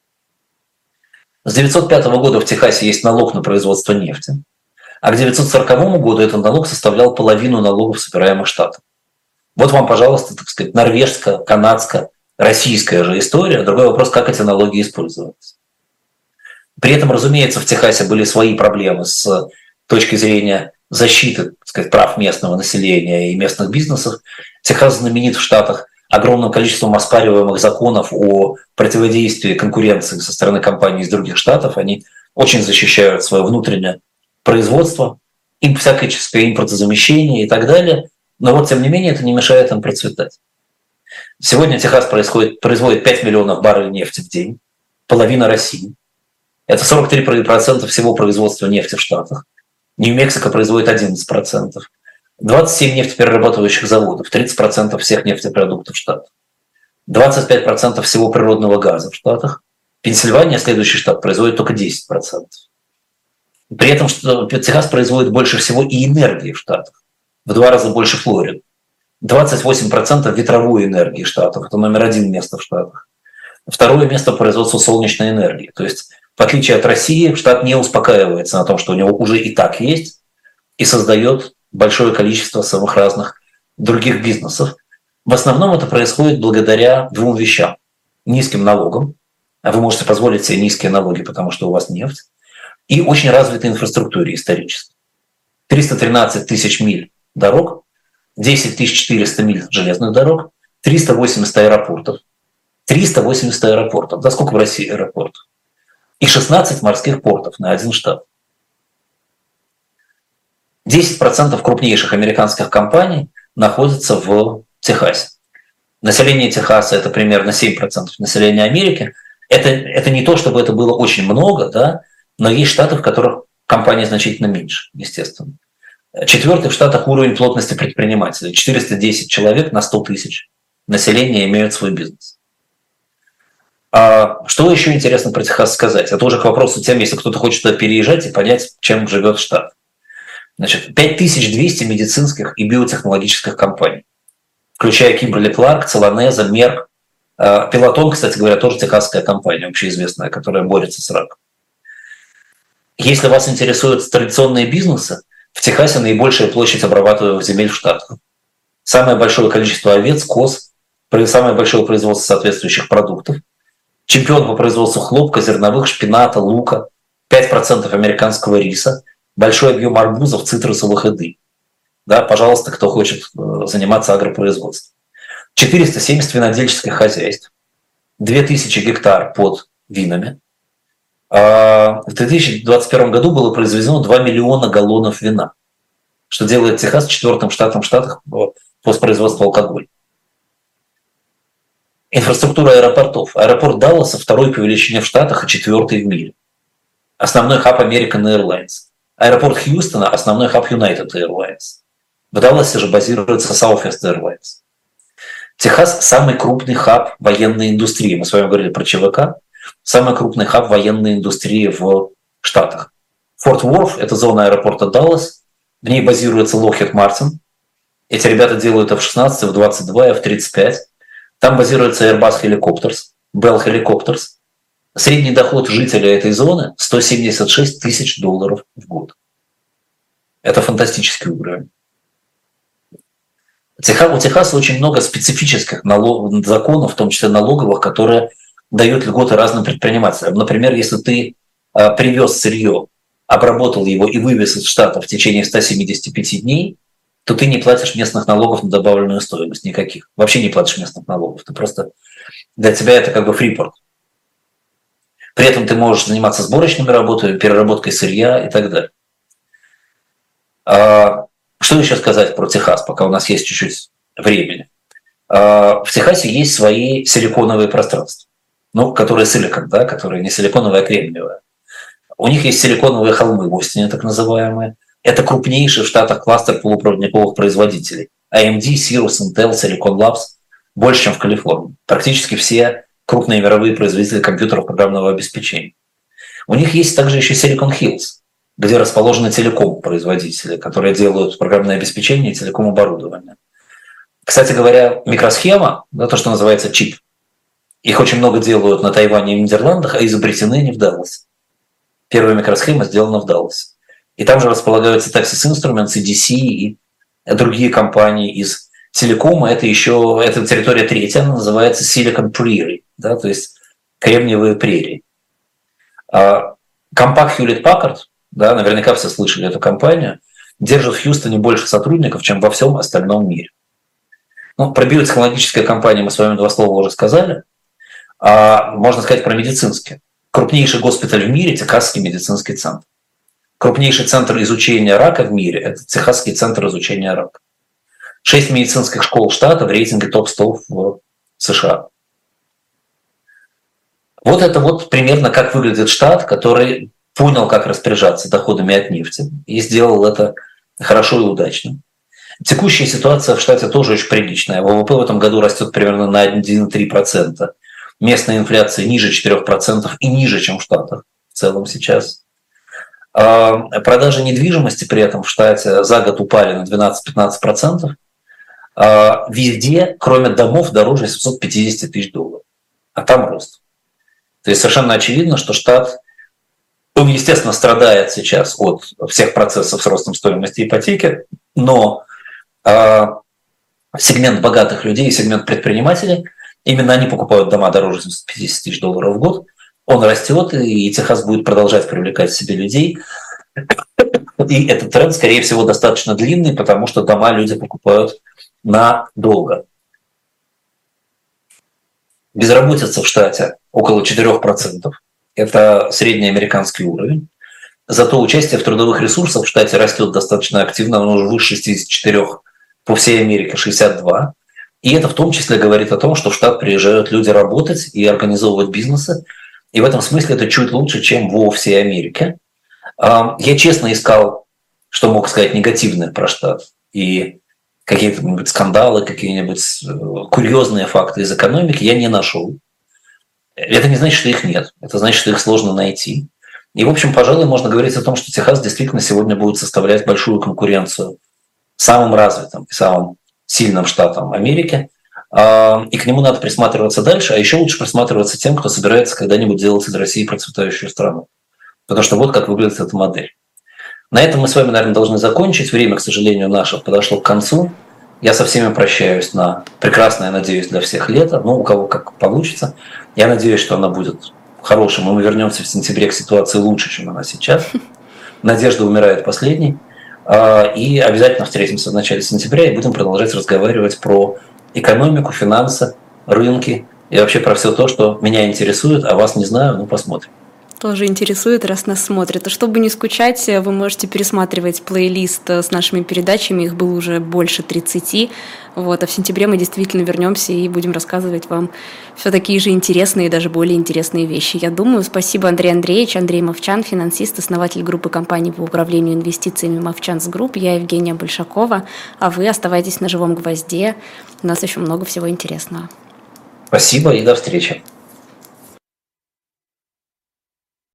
С 1905 года в Техасе есть налог на производство нефти. А к 1940 году этот налог составлял половину налогов, собираемых штатом. Вот вам, пожалуйста, так сказать, норвежская, канадская, российская же история. Другой вопрос, как эти налоги использовались. При этом, разумеется, в Техасе были свои проблемы с точки зрения защиты, так сказать, прав местного населения и местных бизнесов. Техас знаменит в Штатах огромным количеством оспариваемых законов о противодействии конкуренции со стороны компаний из других штатов. Они очень защищают свое внутреннее производство, всякое импортозамещение и так далее. Но вот, тем не менее, это не мешает им процветать. Сегодня Техас производит 5 миллионов баррелей нефти в день, половина России. Это 43% всего производства нефти в Штатах. Нью-Мексико производит 11%. 27 нефтеперерабатывающих заводов, 30% всех нефтепродуктов в Штатах. 25% всего природного газа в Штатах. Пенсильвания, следующий штат, производит только 10%. При этом Техас производит больше всего и энергии в Штатах. В 2 раза больше Флориды. 28% ветровой энергии штатов. Это номер 1 место в Штатах. Второе место по производству солнечной энергии. То есть, в отличие от России, штат не успокаивается на том, что у него уже и так есть, и создает большое количество самых разных других бизнесов. В основном это происходит благодаря 2 вещам. Низким налогам. А вы можете позволить себе низкие налоги, потому что у вас нефть. И очень развитой инфраструктуре исторической. 313 тысяч миль дорог, 10 400 миль железных дорог, 380 аэропортов. 380 аэропортов. Да сколько в России аэропортов? И 16 морских портов на один штат. 10% крупнейших американских компаний находятся в Техасе. Население Техаса – это примерно 7% населения Америки. Это не то, чтобы это было очень много, да, но есть штаты, в которых компании значительно меньше, естественно. 4-й в Штатах уровень плотности предпринимателей. 410 человек на 100 тысяч населения имеют свой бизнес. А что еще интересно про Техас сказать? Это уже к вопросу тем, если кто-то хочет туда переезжать и понять, чем живет штат. Значит, 5200 медицинских и биотехнологических компаний, включая Кимберли-Кларк, Целанеза, Мерк. Пелотон, кстати говоря, тоже техасская компания, общеизвестная, которая борется с раком. Если вас интересуют традиционные бизнесы, в Техасе наибольшая площадь обрабатываемых земель в Штатах. Самое большое количество овец, коз, самое большое производство соответствующих продуктов. Чемпион по производству хлопка, зерновых, шпината, лука, 5% американского риса, большой объем арбузов, цитрусовых и дынь. Да, пожалуйста, кто хочет заниматься агропроизводством. 470 винодельческих хозяйств, 2000 гектар под винами. В 2021 году было произведено 2 миллиона галлонов вина, что делает Техас четвертым штатом в Штатах по производству алкоголя. Инфраструктура аэропортов. Аэропорт Далласа второй по величине в Штатах и четвертый в мире. Основной хаб American Airlines. Аэропорт Хьюстона – основной хаб United Airlines. В Далласе же базируется Southwest Airlines. Техас – самый крупный хаб военной индустрии. Мы с вами говорили про ЧВК. Самый крупный хаб военной индустрии в Штатах. Форт Уорф – это зона аэропорта Даллас. В ней базируется Lockheed Martin. Эти ребята делают F-16, F-22, F-35. Там базируется Airbus Helicopters, Bell Helicopters. Средний доход жителя этой зоны – $176 тысяч в год. Это фантастический уровень. У Техаса очень много специфических законов, в том числе налоговых, которые дают льготы разным предпринимателям. Например, если ты привез сырье, обработал его и вывез из штата в течение 175 дней, то ты не платишь местных налогов на добавленную стоимость никаких. Вообще не платишь местных налогов. Ты просто для тебя это как бы фрипорт. При этом ты можешь заниматься сборочными работами, переработкой сырья и так далее. Что еще сказать про Техас, пока у нас есть чуть-чуть времени? В Техасе есть свои силиконовые пространства, которые силикон, да, которые не силиконовые, а кремниевые. У них есть силиконовые холмы в Остине, так называемые. Это крупнейший в Штатах кластер полупроводниковых производителей. AMD, Cirrus, Intel, Silicon Labs больше, чем в Калифорнии. Практически все крупные мировые производители компьютеров программного обеспечения. У них есть также еще Silicon Hills, где расположены телеком-производители, которые делают программное обеспечение и телеком-оборудование. Кстати говоря, микросхема, то, что называется чип, их очень много делают на Тайване и в Нидерландах, а изобретены они в Далласе. Первая микросхема сделана в Далласе. И там же располагаются Texas Instruments, EDC и другие компании из телекома. Это территория третья, она называется Silicon Prairie, да, то есть кремниевые прерии. Compaq Hewlett-Packard, да, наверняка все слышали эту компанию, держит в Хьюстоне больше сотрудников, чем во всем остальном мире. Про биотехнологические компании мы с вами 2 слова уже сказали. Можно сказать про медицинские. Крупнейший госпиталь в мире – Техасский медицинский центр. Крупнейший центр изучения рака в мире – это Техасский центр изучения рака. 6 медицинских школ штата в рейтинге топ-100 в США. Вот это примерно как выглядит штат, который понял, как распоряжаться доходами от нефти и сделал это хорошо и удачно. Текущая ситуация в штате тоже очень приличная. ВВП в этом году растет примерно на 1,3%. Местная инфляция ниже 4% и ниже, чем в Штатах в целом сейчас. Продажи недвижимости при этом в штате за год упали на 12-15%. Везде, кроме домов, дороже $750 тысяч. А там рост. То есть совершенно очевидно, что штат, он, естественно, страдает сейчас от всех процессов с ростом стоимости ипотеки, но сегмент богатых людей и сегмент предпринимателей, именно они покупают дома дороже $750 тысяч в год, он растет, и Техас будет продолжать привлекать к себе людей. И этот тренд, скорее всего, достаточно длинный, потому что дома люди покупают надолго. Безработица в штате около 4%. Это средний американский уровень. Зато участие в трудовых ресурсах в штате растет достаточно активно, оно уже выше 64, по всей Америке 62. И это в том числе говорит о том, что в штат приезжают люди работать и организовывать бизнесы. И в этом смысле это чуть лучше, чем во всей Америке. Я честно искал, что мог сказать негативное про штат. И какие-то скандалы, какие-нибудь курьезные факты из экономики я не нашел. Это не значит, что их нет. Это значит, что их сложно найти. И, в общем, пожалуй, можно говорить о том, что Техас действительно сегодня будет составлять большую конкуренцию самым развитым и самым сильным штатам Америки. И к нему надо присматриваться дальше, а еще лучше присматриваться тем, кто собирается когда-нибудь делать из России процветающую страну. Потому что вот как выглядит эта модель. На этом мы с вами, наверное, должны закончить. Время, к сожалению, наше подошло к концу. Я со всеми прощаюсь на прекрасное, надеюсь, для всех лето. Ну, у кого как получится. Я надеюсь, что она будет хорошим, и мы вернемся в сентябре к ситуации лучше, чем она сейчас. Надежда умирает последней. И обязательно встретимся в начале сентября и будем продолжать разговаривать про экономику, финансы, рынки и вообще про все то, что меня интересует, а вас не знаю, ну посмотрим. Тоже интересует, раз нас смотрят. А чтобы не скучать, вы можете пересматривать плейлист с нашими передачами. Их было уже больше 30. Вот. А в сентябре мы действительно вернемся и будем рассказывать вам все такие же интересные и даже более интересные вещи. Я думаю. Спасибо, Андрей Андреевич. Андрей Мовчан, финансист, основатель группы компаний по управлению инвестициями Мовчанс Групп. Я Евгения Большакова. А вы оставайтесь на живом гвозде. У нас еще много всего интересного. Спасибо и до встречи.